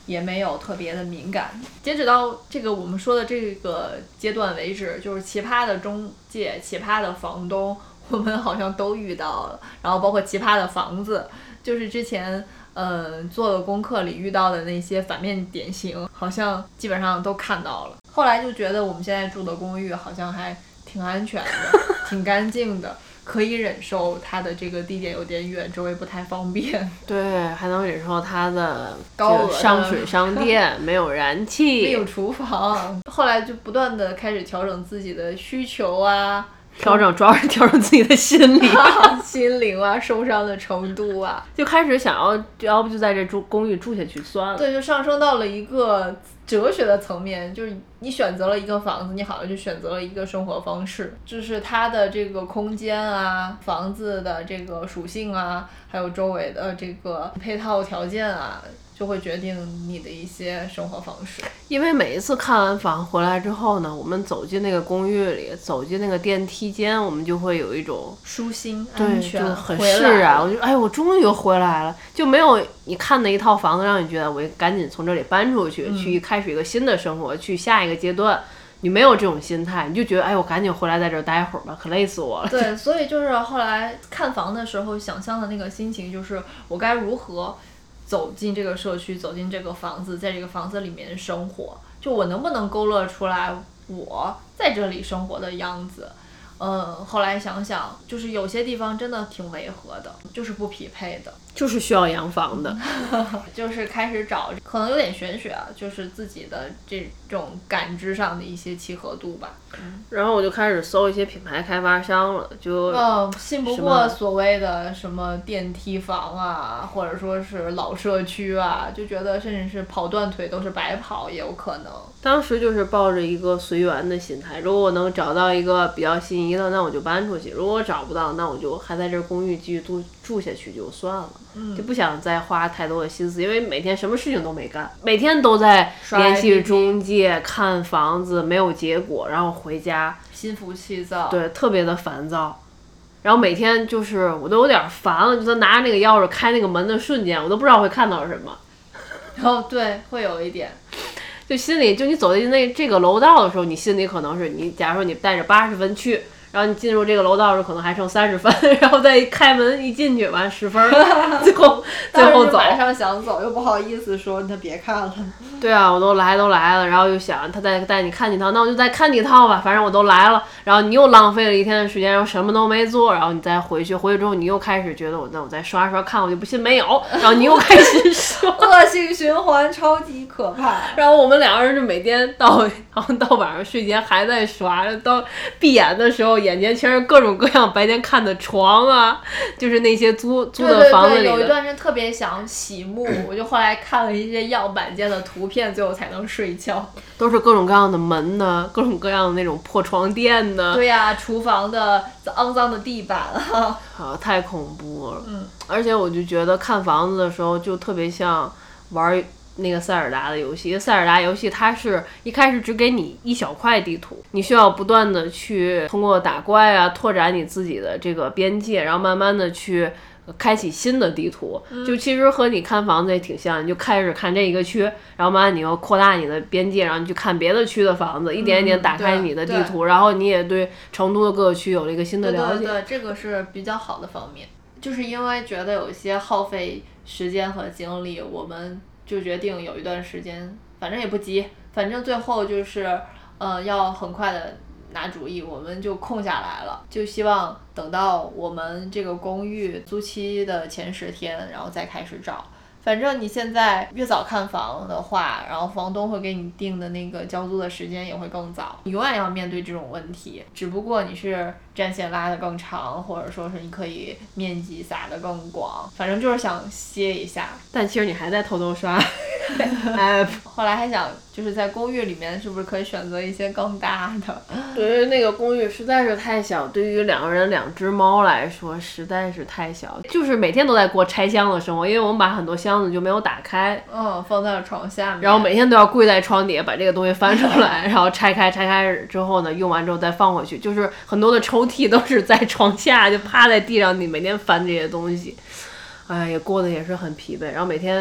也没有特别的敏感。截止到这个我们说的这个阶段为止，就是奇葩的中介、奇葩的房东，我们好像都遇到了，然后包括奇葩的房子，就是之前呃做的功课里遇到的那些反面典型，好像基本上都看到了。后来就觉得我们现在住的公寓好像还挺安全的，挺干净的，可以忍受它的这个地点有点远，周围不太方便。 对，还能忍受它的高额上水商店没有燃气， 没有厨房。后来就不断的开始调整自己的需求啊， 调整主要是调整自己的心理心灵啊，受伤的程度啊， 就开始想要要不就在这住公寓住下去算了。 对，就上升到了一个哲学的层面，就是你选择了一个房子，你好像就选择了一个生活方式，就是它的这个空间啊，房子的这个属性啊，还有周围的这个配套条件啊，就会决定你的一些生活方式。 因为每一次看完房回来之后呢，我们走进那个公寓里，走进那个电梯间，我们就会有一种舒心安全， 就很释然。我就哎，我终于回来了，就没有你看的一套房子让你觉得我赶紧从这里搬出去，嗯、去开始一个新的生活，去下一个阶段。你没有这种心态，你就觉得哎，我赶紧回来在这儿待会儿吧，可累死我了。 对，所以就是后来看房的时候，想象的那个心情就是我该如何走进这个社区，走进这个房子，在这个房子里面生活，就我能不能勾勒出来我在这里生活的样子。嗯，后来想想，就是有些地方真的挺违和的，就是不匹配的， 就是需要洋房的就是开始找，可能有点玄学啊，就是自己的这种感知上的一些契合度吧。 嗯、然后我就开始搜一些品牌开发商了，就嗯，信不过所谓的什么电梯房啊，或者说是老社区啊，就觉得甚至是跑断腿都是白跑，也有可能。 当时就是抱着一个随缘的心态，如果我能找到一个比较心仪的，那我就搬出去；如果找不到，那我就还在这公寓继续住住下去就算了， 嗯、 就不想再花太多的心思，因为每天什么事情都没干，每天都在联系中介看房子，没有结果，然后回家心浮气躁， 对，特别的烦躁。然后每天就是我都有点烦了，就他拿着那个钥匙开那个门的瞬间，我都不知道会看到什么。 哦，对，会有一点。 就心里，就你走进那这个楼道的时候，你心里可能是你，假如说你带着八十分去，然后你进入这个楼道的时候可能还剩三十分，然后再一开门一进去完十分，最后最后走， 马上想走又不好意思说他别看了。 对啊，我都来都来了，然后又想他再带你看几套，那我就再看几套吧，反正我都来了，然后你又浪费了一天的时间，然后什么都没做，然后你再回去，回去之后你又开始觉得我那我再刷刷看，我就不信没有，然后你又开始刷， 恶性循环超级可怕。 然后我们两个人就每天到然后到晚上睡前还在刷，到闭眼的时候眼前全是各种各样白天看的床啊，就是那些租租的房子里的。 对对对，有一段时间特别想洗沐，我就后来看了一些样板间的图片，最后才能睡觉。 都是各种各样的门呢，各种各样的那种破床垫呢。 对呀、啊，厨房的肮脏的地板啊， 啊，太恐怖了。 嗯， 而且我就觉得看房子的时候就特别像玩那个塞尔达的游戏，塞尔达游戏它是一开始只给你一小块地图，你需要不断的去通过打怪啊拓展你自己的这个边界，然后慢慢的去开启新的地图，就其实和你看房子也挺像，你就开始看这一个区，然后慢慢你又扩大你的边界，然后你去看别的区的房子，一点一点打开你的地图，然后你也对成都的各个区有了一个新的了解。 对对对，这个是比较好的方面，就是因为觉得有一些耗费时间和精力，我们就决定有一段时间，反正也不急，反正最后就是呃要很快的拿主意，我们就空下来了，就希望等到我们这个公寓租期的前十天，然后再开始找。反正你现在越早看房的话，然后房东会给你定的那个交租的时间也会更早，你永远要面对这种问题，只不过你是战线拉得更长，或者说是你可以面积撒得更广，反正就是想歇一下。 但其实你还在偷偷刷后来还想就是在公寓里面是不是可以选择一些更大的。 对，那个公寓实在是太小，对于两个人两只猫来说实在是太小，就是每天都在过拆箱的生活，因为我们把很多箱子就没有打开， 嗯，放在了床下面， 然后每天都要跪在床底下把这个东西翻出来然后拆开拆开之后呢，用完之后再放回去，就是很多的抽屉都是在床下，就趴在地上，你每天翻这些东西，哎，也过得也是很疲惫，然后每天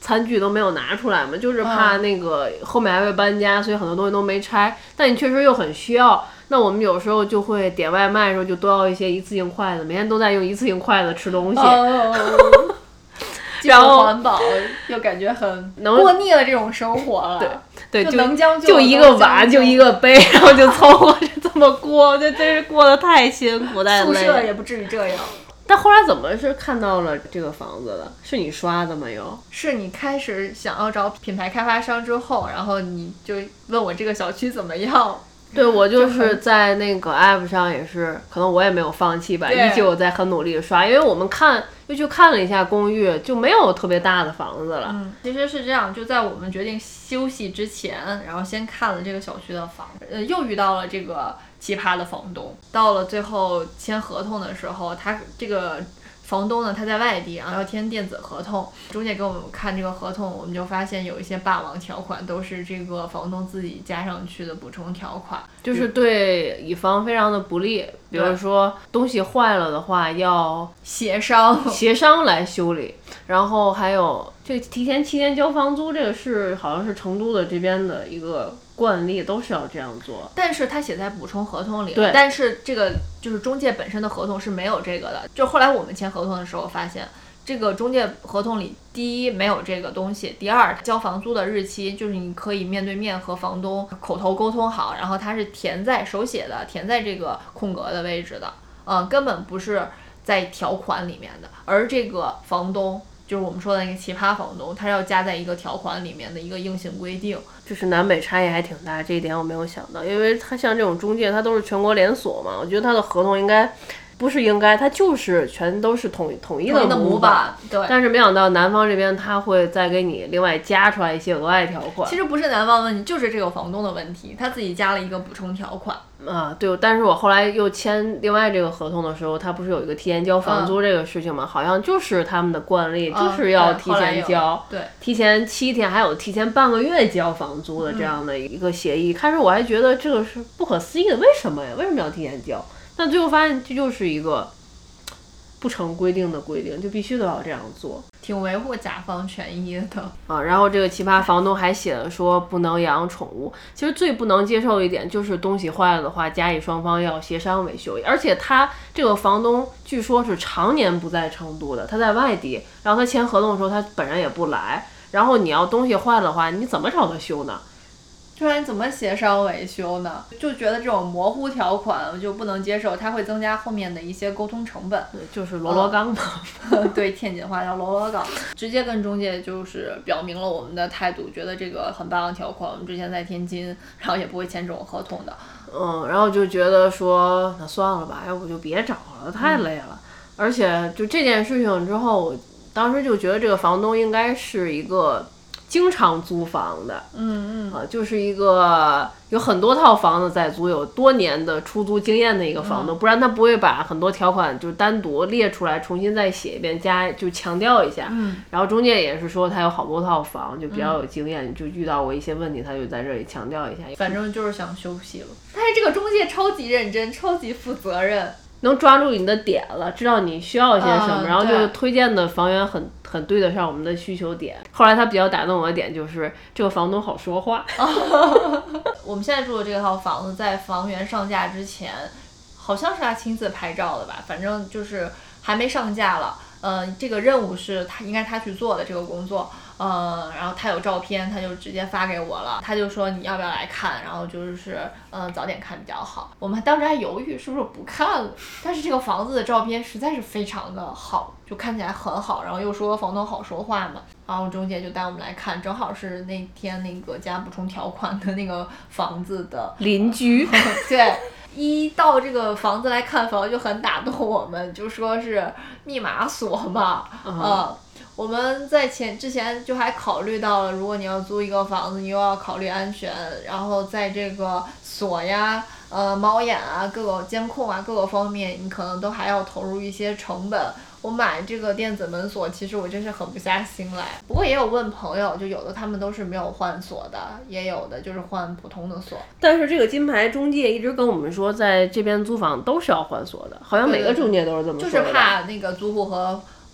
餐具都没有拿出来嘛，就是怕那个后面还会搬家，所以很多东西都没拆。但你确实又很需要，那我们有时候就会点外卖的时候就都要一些一次性筷子，每天都在用一次性筷子吃东西。 哦然后环保又感觉很过腻了这种生活了， 对对， 就能将就就一个碗就一个杯，然后就凑合着这么过，我觉得真是过得太辛苦太累了。 宿舍也不至于这样。 但后来怎么是看到了这个房子的？是你刷的吗？有？ 是你开始想要找品牌开发商之后，然后你就问我这个小区怎么样？ 对，我就是在那个 app 上也是，可能我也没有放弃吧，依旧在很努力的刷，因为我们看又去看了一下公寓，就没有特别大的房子了。 嗯，其实是这样，就在我们决定休息之前，然后先看了这个小区的房子，呃，又遇到了这个奇葩的房东。到了最后签合同的时候，他这个房东呢，他在外地，然后要签电子合同。中介给我们看这个合同，我们就发现有一些霸王条款都是这个房东自己加上去的补充条款， 就是对乙方非常的不利。比如说东西坏了的话，要协商协商来修理。然后还有这提前七天交房租，这个是好像是成都的这边的一个惯例，都是要这样做。 但是他写在补充合同里， 对， 但是这个就是中介本身的合同是没有这个的。就后来我们签合同的时候发现，这个中介合同里，第一没有这个东西，第二交房租的日期就是你可以面对面和房东口头沟通好，然后它是填在手写的，填在这个空格的位置的，嗯，根本不是在条款里面的。而这个房东就是我们说的那个奇葩房东，他要加在一个条款里面的一个硬性规定， 就是南北差异还挺大，这一点我没有想到，因为他像这种中介，他都是全国连锁嘛，我觉得他的合同应该不是应该，它就是全都是统统一的模板，对。 但是没想到南方这边他会再给你另外加出来一些额外条款。 其实不是南方问题，就是这个房东的问题，他自己加了一个补充条款。 啊，对。但是我后来又签另外这个合同的时候，他不是有一个提前交房租这个事情吗？嗯、好像就是他们的惯例， 嗯、 就是要提前交， 对， 提前七天，还有提前半个月交房租的这样的一个协议。嗯、开始我还觉得这个是不可思议的，为什么呀？为什么要提前交？但最后发现这就是一个不成规定的规定，就必须都要这样做， 挺维护甲方权益的啊。然后这个奇葩房东还写了说不能养宠物，其实最不能接受一点就是东西坏了的话，甲乙双方要协商维修，而且他这个房东据说是常年不在成都的，他在外地，然后他签合同的时候他本人也不来，然后你要东西坏了的话，你怎么找他修呢？ 就让你怎么协商维修呢？就觉得这种模糊条款我就不能接受，它会增加后面的一些沟通成本。 就是螺螺钢嘛、 嗯、对，天津话叫螺螺钢。直接跟中介就是表明了我们的态度，觉得这个很霸王条款，我们之前在天津，然后也不会签这种合同的。 嗯，然后就觉得说那算了吧，要不就别找了，太累了、嗯、而且就这件事情之后，我当时就觉得这个房东应该是一个经常租房的， 嗯嗯， 啊，就是一个有很多套房子在租，有多年的出租经验的一个房东，嗯、不然他不会把很多条款就单独列出来，重新再写一遍，加就强调一下。 嗯， 然后中介也是说他有好多套房，就比较有经验，嗯、就遇到过一些问题，他就在这里强调一下。 反正就是想休息了，但是这个中介超级认真，超级负责任。 能抓住你的点了，知道你需要些什么， 嗯、 然后就推荐的房源很很对得上我们的需求点。后来他比较打动我的点就是这个房东好说话。 我们现在住的这套房子在房源上架之前，好像是他亲自拍照的吧，反正就是还没上架了。呃，这个任务是他应该他去做的这个工作。呃，然后他有照片，他就直接发给我了。他就说你要不要来看，然后就是嗯、呃、早点看比较好。我们当时还犹豫是不是不看了，但是这个房子的照片实在是非常的好，就看起来很好，然后又说房东好说话嘛，然后中介就带我们来看，正好是那天那个加补充条款的那个房子的邻居。 对。一到这个房子来看房就很打动我们，就说是密码锁嘛，嗯、呃，我们在前之前就还考虑到了，如果你要租一个房子，你又要考虑安全，然后在这个锁呀、呃猫眼啊、各个监控啊各个方面，你可能都还要投入一些成本。我买这个电子门锁，其实我真是狠不下心来。不过也有问朋友，就有的他们都是没有换锁的，也有的就是换普通的锁。 但是这个金牌中介一直跟我们说，在这边租房都是要换锁的，好像每个中介都是这么说的。 就是怕那个租户和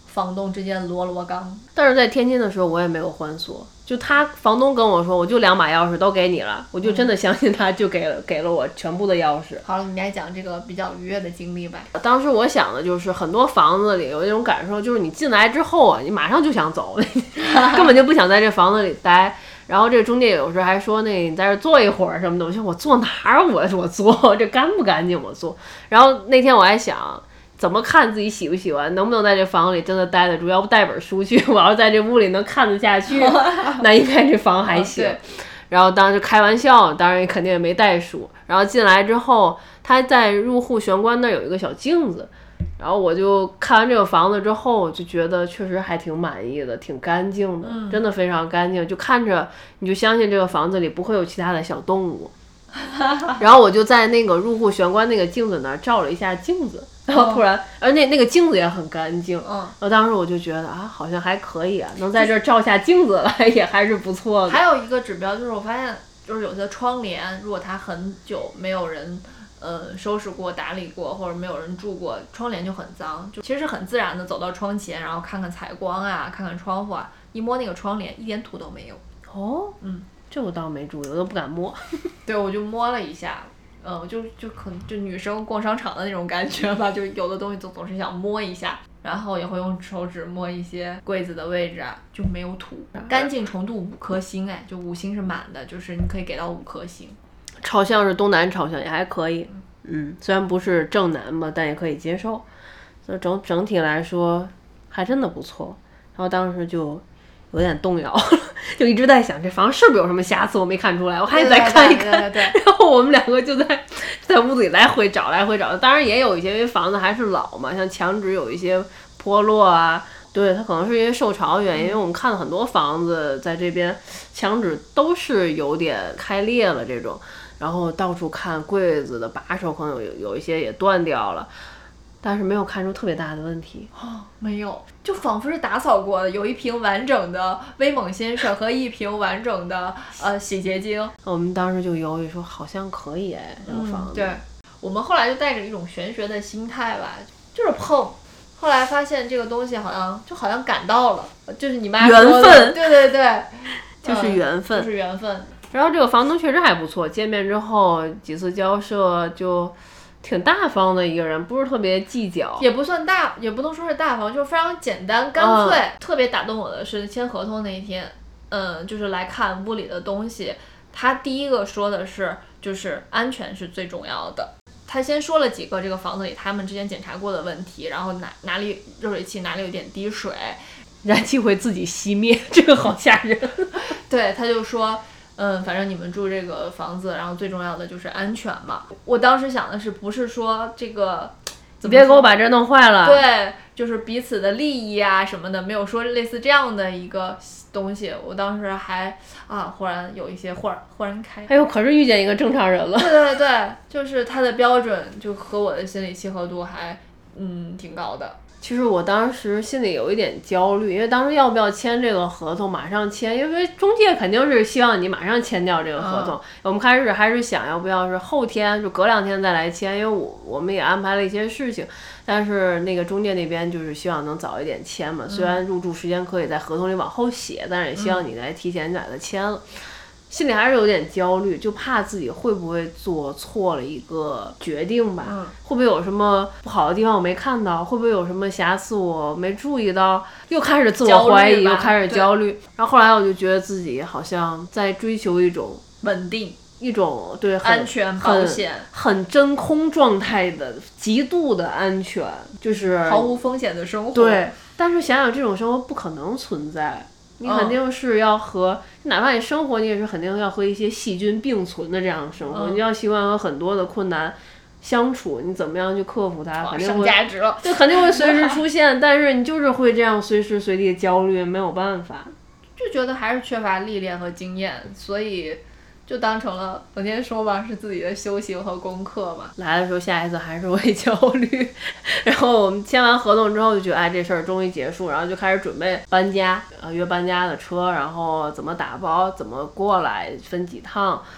房东之间螺螺钢。 但是在天津的时候我也没有换锁，就他房东跟我说我就两把钥匙都给你了，我就真的相信他，就给了、嗯、给了我全部的钥匙。 好了，你来讲这个比较愉悦的经历吧。 当时我想的就是很多房子里有一种感受，就是你进来之后啊，你马上就想走根本就不想在这房子里待。然后这个中介有时候还说那你在这坐一会儿什么的，我说我坐哪儿我我坐这干不干净我坐。然后那天我还想怎么看自己喜不喜欢，能不能在这房里真的待得住，要不带本书去，我要是在这屋里能看得下去那应该这房还行、哦、然后当时开玩笑，当然肯定也没带书。然后进来之后他在入户玄关那儿有一个小镜子，然后我就看完这个房子之后就觉得确实还挺满意的，挺干净的、嗯、真的非常干净，就看着你就相信这个房子里不会有其他的小动物然后我就在那个入户玄关那个镜子那儿照了一下镜子，然后突然、哦、而那那个镜子也很干净，嗯，然后当时我就觉得啊好像还可以啊，能在这儿照下镜子来也还是不错的。 还有一个指标就是我发现就是有些窗帘如果它很久没有人呃，收拾过打理过或者没有人住过，窗帘就很脏，就其实是很自然的走到窗前，然后看看采光啊，看看窗户啊，一摸那个窗帘一点土都没有。 哦，嗯，这我倒没注意，我都不敢摸对，我就摸了一下，嗯，就就可能就女生逛商场的那种感觉吧，就有的东西总总是想摸一下，然后也会用手指摸一些柜子的位置啊，就没有土。干净程度五颗星，哎，就五星是满的，就是你可以给到五颗星。 朝向是东南朝向也还可以，嗯，虽然不是正南吧，但也可以接受，所以整整体来说还真的不错。然后当时就有点动摇就一直在想这房是不是有什么瑕疵我没看出来，我还得再看一看。 对对对对对， 然后我们两个就在在屋子里来回找来回找，当然也有一些因为房子还是老嘛，像墙纸有一些脱落啊，对，它可能是因为受潮的原因、嗯、因为我们看了很多房子在这边墙纸都是有点开裂了这种，然后到处看柜子的把手可能有有一些也断掉了，但是没有看出特别大的问题。 哦，没有，就仿佛是打扫过的，有一瓶完整的威猛先生和一瓶完整的呃洗洁精。 我们当时就犹豫说好像可以哎，这个房子、 嗯、对，我们后来就带着一种玄学的心态吧，就是碰，后来发现这个东西好像就好像赶到了，就是你妈说的缘分， 对对对， 就是缘分、嗯、 就是缘分。 然后这个房东确实还不错，见面之后几次交涉就挺大方的一个人，不是特别计较， 也不算大，也不能说是大方，就是非常简单干脆、嗯、特别打动我的是签合同那一天，嗯，就是来看屋里的东西，他第一个说的是就是安全是最重要的，他先说了几个这个房子里他们之前检查过的问题，然后哪哪里热水器哪里有点滴水， 燃气会自己熄灭，这个好吓人对，他就说嗯，反正你们住这个房子，然后最重要的就是安全嘛。我当时想的是，不是说这个， 你别给我把这弄坏了。 对，就是彼此的利益啊什么的，没有说类似这样的一个东西。我当时还啊，忽然有一些豁然豁然开。 哎呦，可是遇见一个正常人了。 对对对，就是他的标准就和我的心理契合度还嗯挺高的。 其实我当时心里有一点焦虑，因为当时要不要签这个合同马上签，因为中介肯定是希望你马上签掉这个合同、嗯、我们开始还是想要不要是后天就隔两天再来签，因为我我们也安排了一些事情，但是那个中介那边就是希望能早一点签嘛、嗯、虽然入住时间可以在合同里往后写，但是也希望你来提前把它签了、嗯，心里还是有点焦虑，就怕自己会不会做错了一个决定吧、嗯、会不会有什么不好的地方我没看到，会不会有什么瑕疵我没注意到，又开始自我怀疑，又开始焦虑。然后后来我就觉得自己好像在追求一种稳定， 一种对安全保险很, 很真空状态的极度的安全，就是毫无风险的生活。 对，但是想想这种生活不可能存在，你肯定是要和、嗯、哪怕你生活你也是肯定要和一些细菌并存的这样的生活、嗯、你要习惯和很多的困难相处，你怎么样去克服它、哦、肯定会上价值了， 对，肯定会随时出现但是你就是会这样随时随地焦虑，没有办法， 就觉得还是缺乏历练和经验，所以就当成了我今天说吧是自己的修行和功课嘛。 来的时候下一次还是会焦虑然后我们签完合同之后就觉得哎这事儿终于结束，然后就开始准备搬家，呃约搬家的车，然后怎么打包怎么过来分几趟，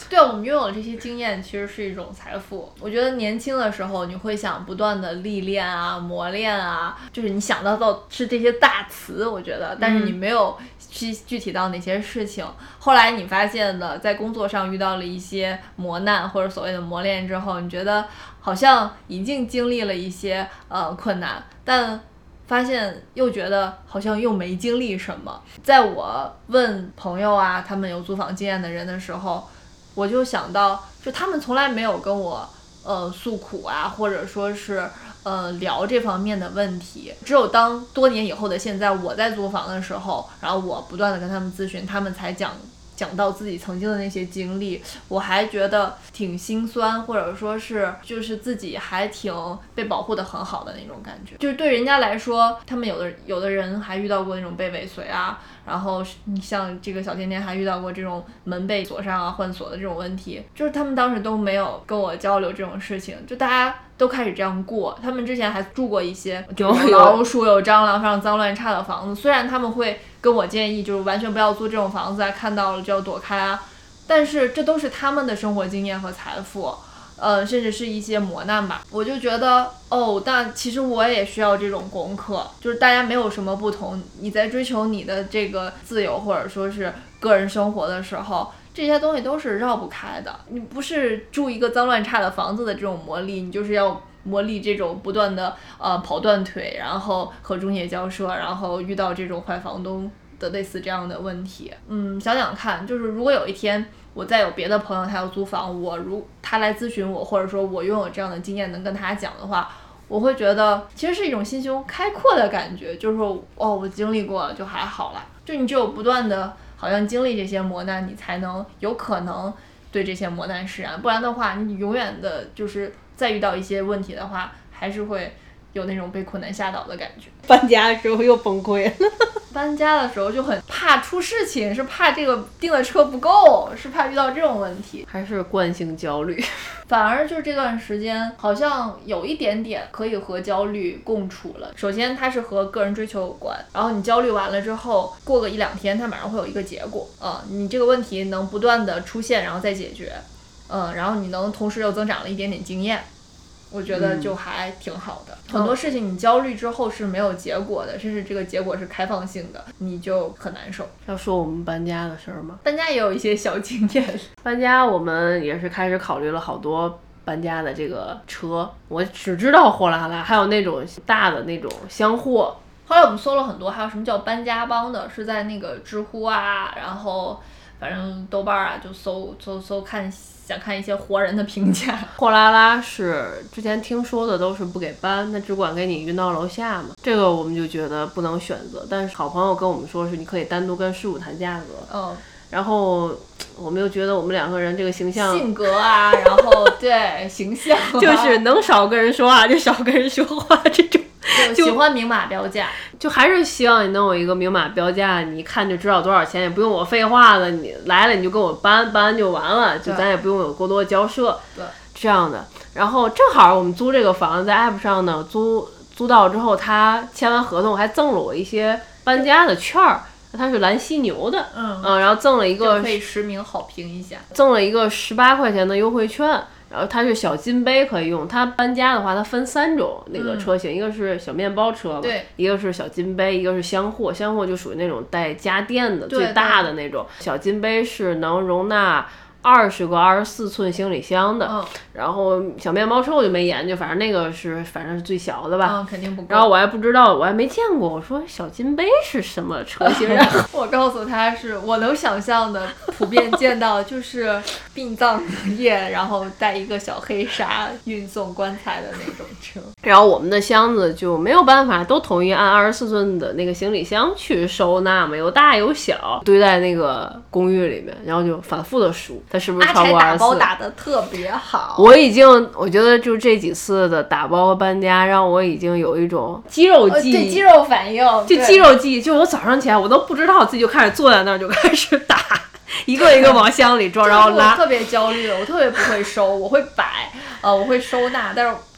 对，我们拥有这些经验其实是一种财富。我觉得年轻的时候你会想不断的历练啊磨练啊，就是你想到到是这些大词我觉得，但是你没有具具体到哪些事情。后来你发现的在工作上遇到了一些磨难或者所谓的磨练之后，你觉得好像已经经历了一些呃困难，但发现又觉得好像又没经历什么。在我问朋友啊他们有租房经验的人的时候，我就想到就他们从来没有跟我呃诉苦啊，或者说是呃聊这方面的问题。只有当多年以后的现在我在租房的时候，然后我不断的跟他们咨询，他们才讲讲到自己曾经的那些经历，我还觉得挺心酸，或者说是就是自己还挺被保护的很好的那种感觉。就是对人家来说，他们有的有的人还遇到过那种被尾随啊，然后你像这个小甜甜还遇到过这种门被锁上啊换锁的这种问题，就是他们当时都没有跟我交流这种事情，就大家都开始这样过。他们之前还住过一些有老鼠有蟑螂非常脏乱差的房子，虽然他们会跟我建议就是完全不要租这种房子啊，看到了就要躲开啊，但是这都是他们的生活经验和财富，呃，甚至是一些磨难吧。我就觉得哦，但其实我也需要这种功课，就是大家没有什么不同，你在追求你的这个自由或者说是个人生活的时候，这些东西都是绕不开的。你不是住一个脏乱差的房子的这种磨砺，你就是要磨砺这种不断的呃跑断腿，然后和中介交涉，然后遇到这种坏房东的类似这样的问题。嗯，想想看，就是如果有一天我再有别的朋友他要租房，我如他来咨询我，或者说我拥有这样的经验能跟他讲的话，我会觉得其实是一种心胸开阔的感觉，就是说哦我经历过了就还好啦，就你只有不断的好像经历这些磨难，你才能有可能对这些磨难释然，不然的话你永远的就是再遇到一些问题的话还是会有那种被困难吓倒的感觉。 搬家的时候又崩溃了搬家的时候就很怕出事情，是怕这个订的车不够，是怕遇到这种问题， 还是惯性焦虑。 反而就是这段时间好像有一点点可以和焦虑共处了。首先它是和个人追求有关，然后你焦虑完了之后过个一两天它马上会有一个结果，呃，你这个问题能不断的出现然后再解决，嗯，然后你能同时又增长了一点点经验，我觉得就还挺好的、嗯、很多事情你焦虑之后是没有结果的，甚至这个结果是开放性的，你就很难受。 要说我们搬家的事儿吗？ 搬家也有一些小经验。 搬家我们也是开始考虑了好多搬家的这个车，我只知道货拉拉，还有那种大的那种箱货。 后来我们搜了很多，还有什么叫搬家帮的，是在那个知乎啊，然后反正豆瓣啊，就搜搜搜看，想看一些活人的评价。 货拉拉是之前听说的都是不给搬，那只管给你运到楼下嘛，这个我们就觉得不能选择。但是好朋友跟我们说是你可以单独跟师傅谈价格。 嗯， 然后我们又觉得我们两个人这个形象性格啊，然后对形象、啊、 就是能少跟人说话就少跟人说话，这种就喜欢明码标价， 就还是希望你能有一个明码标价，你一看就知道多少钱，也不用我废话了，你来了你就跟我搬搬就完了，就咱也不用有过多交涉， 对， 这样的。然后正好我们租这个房子在 app 上呢，租租到之后他签完合同还赠了我一些搬家的券儿，它是蓝犀牛的， 嗯嗯，然后赠了一个可以实名好评一下， 赠了一个十八块钱的优惠券。然后它是小金杯可以用，它搬家的话它分三种那个车型、嗯、一个是小面包车嘛， 对， 一个是小金杯，一个是箱货，箱货就属于那种带家电的最大的那种，小金杯是能容纳二十个二十四寸行李箱的、 嗯、 然后小面包车我就没研究，反正那个是反正是最小的吧， 嗯，肯定不够。 然后我还不知道，我还没见过，我说小金杯是什么车型我告诉他是我能想象的普遍见到就是殡葬业然后带一个小黑纱运送棺材的那种车。 然后我们的箱子就没有办法都统一按二十四寸的那个行李箱去收纳嘛，有大有小堆在那个公寓里面，然后就反复的数它是不是超过二十四。 阿柴打包打得特别好， 我已经我觉得就这几次的打包和搬家让我已经有一种肌肉记忆、 呃、对肌肉反应， 就肌肉记忆，就我早上起来我都不知道自己就开始坐在那儿就开始打一个一个往箱里装然后拉。 我特别焦虑，我特别不会收，我会摆呃我会收纳，但是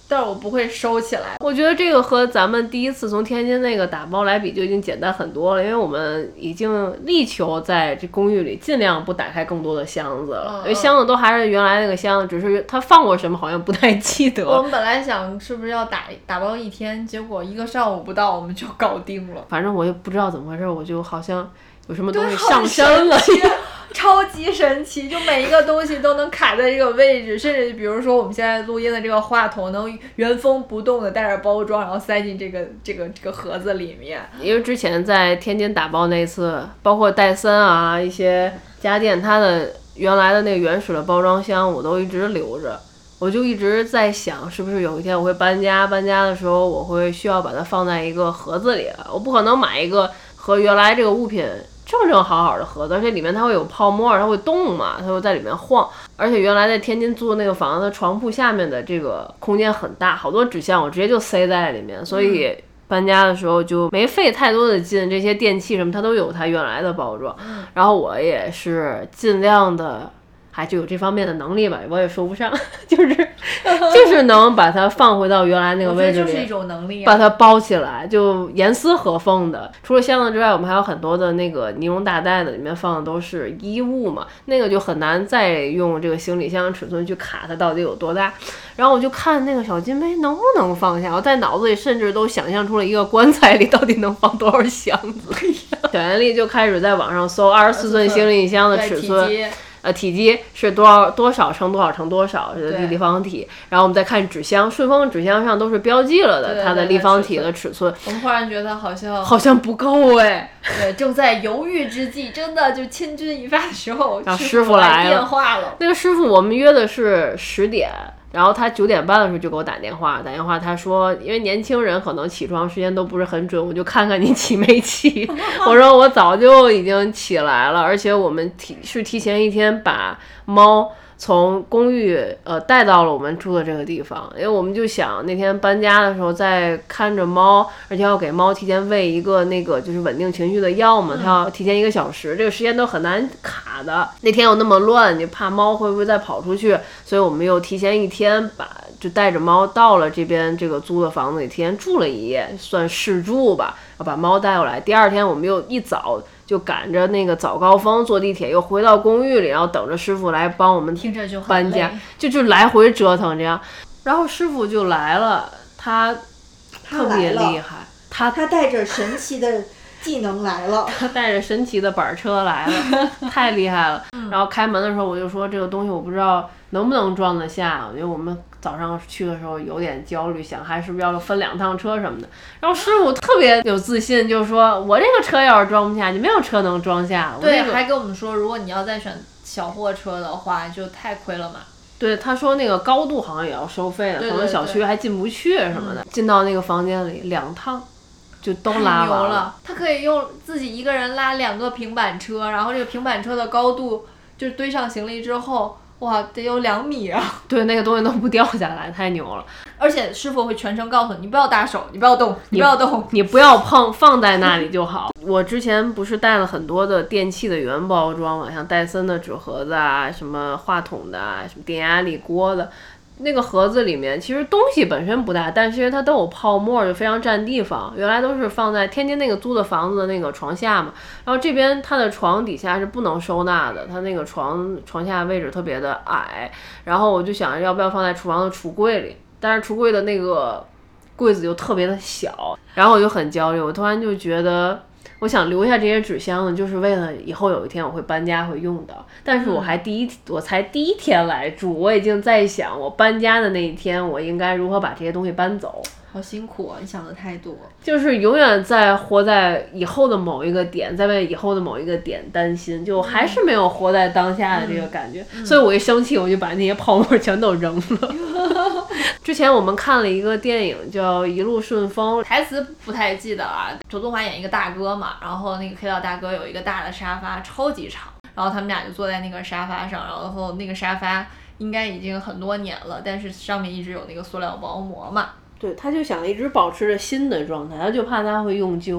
但是我不会收起来。 我觉得这个和咱们第一次从天津那个打包来比就已经简单很多了，因为我们已经力求在这公寓里尽量不打开更多的箱子了，因为箱子都还是原来那个箱子，只是它放过什么好像不太记得。 我们本来想是不是要打打包一天，结果一个上午不到我们就搞定了。 反正我也不知道怎么回事，我就好像有什么东西上身了， 超级神奇，就每一个东西都能卡在这个位置，甚至比如说我们现在录音的这个话筒能原封不动的带着包装，然后塞进这个这个这个盒子里面。 因为之前在天津打包那次，包括戴森啊一些家电，它的原来的那个原始的包装箱我都一直留着，我就一直在想是不是有一天我会搬家，搬家的时候我会需要把它放在一个盒子里，我不可能买一个和原来这个物品正正好好的盒子，而且里面它会有泡沫，它会动嘛，它会在里面晃。而且原来在天津租的那个房子，床铺下面的这个空间很大，好多纸箱我直接就塞在里面，所以搬家的时候就没费太多的劲，这些电器什么它都有它原来的包装。然后我也是尽量的还就有这方面的能力吧，我也说不上，就是就是能把它放回到原来那个位置里， 就是一种能力、啊， 把它包起来，就严丝合缝的。除了箱子之外，我们还有很多的那个尼龙大袋子，里面放的都是衣物嘛，那个就很难再用这个行李箱尺寸去卡它到底有多大。然后我就看那个小金杯能不能放下，我在脑子里甚至都想象出了一个棺材里到底能放多少箱子。小袁丽就开始在网上搜二十四寸行李箱的尺寸。呃，体积是多少多少乘多少乘多少的立方体，然后我们再看纸箱，顺丰纸箱上都是标记了的它的立方体的尺寸。 我们忽然觉得好像好像不够哎。 对，正在犹豫之际，真的就千钧一发的时候， 然后师傅来电话了。 那个师傅我们约的是十点。然后他九点半的时候就给我打电话，打电话他说，因为年轻人可能起床时间都不是很准，我就看看你起没起。我说我早就已经起来了，而且我们提是提前一天把猫从公寓呃带到了我们住的这个地方，因为我们就想那天搬家的时候再看着猫，而且要给猫提前喂一个那个就是稳定情绪的药嘛，它要提前一个小时，这个时间都很难卡的。那天又那么乱，你怕猫会不会再跑出去，所以我们又提前一天把就带着猫到了这边这个租的房子里，提前住了一夜，算试住吧，把猫带过来。第二天我们又一早就赶着那个早高峰坐地铁又回到公寓里，然后等着师傅来帮我们搬家，就就来回折腾这样。然后师傅就来了，他特别厉害， 他他带着神奇的技能来了， 他带着神奇的板车来了，太厉害了。然后开门的时候我就说这个东西我不知道能不能装得下，因为我们早上去的时候有点焦虑，想还是不是要分两趟车什么的。然后师傅特别有自信，就说我这个车要是装不下，你没有车能装下。 对， 我这个、 还跟我们说如果你要再选小货车的话就太亏了嘛。 对，他说那个高度好像也要收费的，可能小区还进不去什么的。嗯、进到那个房间里两趟就都拉完了。 了他可以用自己一个人拉两个平板车，然后这个平板车的高度就是堆上行李之后哇得有两米啊。 对，那个东西都不掉下来，太牛了。 而且师傅会全程告诉你，你不要搭手，你不要动，你不要动， 你不要碰，放在那里就好。我之前不是带了很多的电器的原包装嘛，像戴森的纸盒子啊，什么话筒的啊，什么电压力锅的。那个盒子里面其实东西本身不大，但是因为它都有泡沫，就非常占地方。原来都是放在天津那个租的房子的那个床下嘛，然后这边它的床底下是不能收纳的，它那个床床下位置特别的矮，然后我就想要不要放在厨房的橱柜里，但是橱柜的那个柜子又特别的小，然后我就很焦虑，我突然就觉得我想留下这些纸箱子，就是为了以后有一天我会搬家会用的。但是我还第一、嗯、我才第一天来住，我已经在想我搬家的那一天我应该如何把这些东西搬走。 好辛苦啊，你想的太多， 就是永远在活在以后的某一个点，在为以后的某一个点担心，就还是没有活在当下的这个感觉、嗯、所以我一生气我就把那些泡沫全都扔了之前我们看了一个电影叫《一路顺风》， 台词不太记得啊，周东华演一个大哥嘛，然后那个黑道大哥有一个大的沙发超级长，然后他们俩就坐在那个沙发上，然后那个沙发应该已经很多年了，但是上面一直有那个塑料薄膜嘛， 对，他就想一直保持着新的状态，他就怕他会用旧。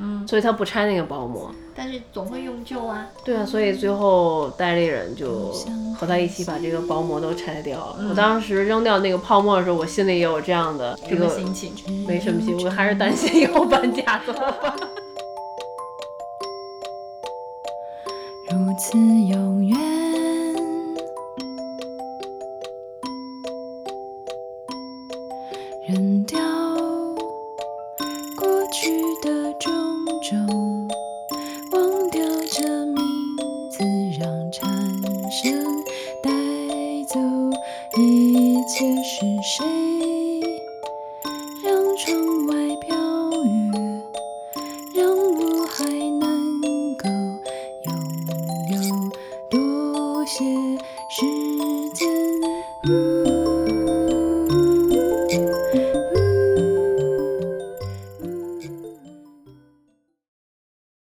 嗯， 所以他不拆那个包膜。 但是总会用旧啊。 对啊，所以最后代理人就和他一起把这个包膜都拆掉了。 嗯、 我当时扔掉那个泡沫的时候，我心里也有这样的一个心情， 没什么心情，我还是担心以后搬家怎么办。 如此永远，扔掉过去的种种。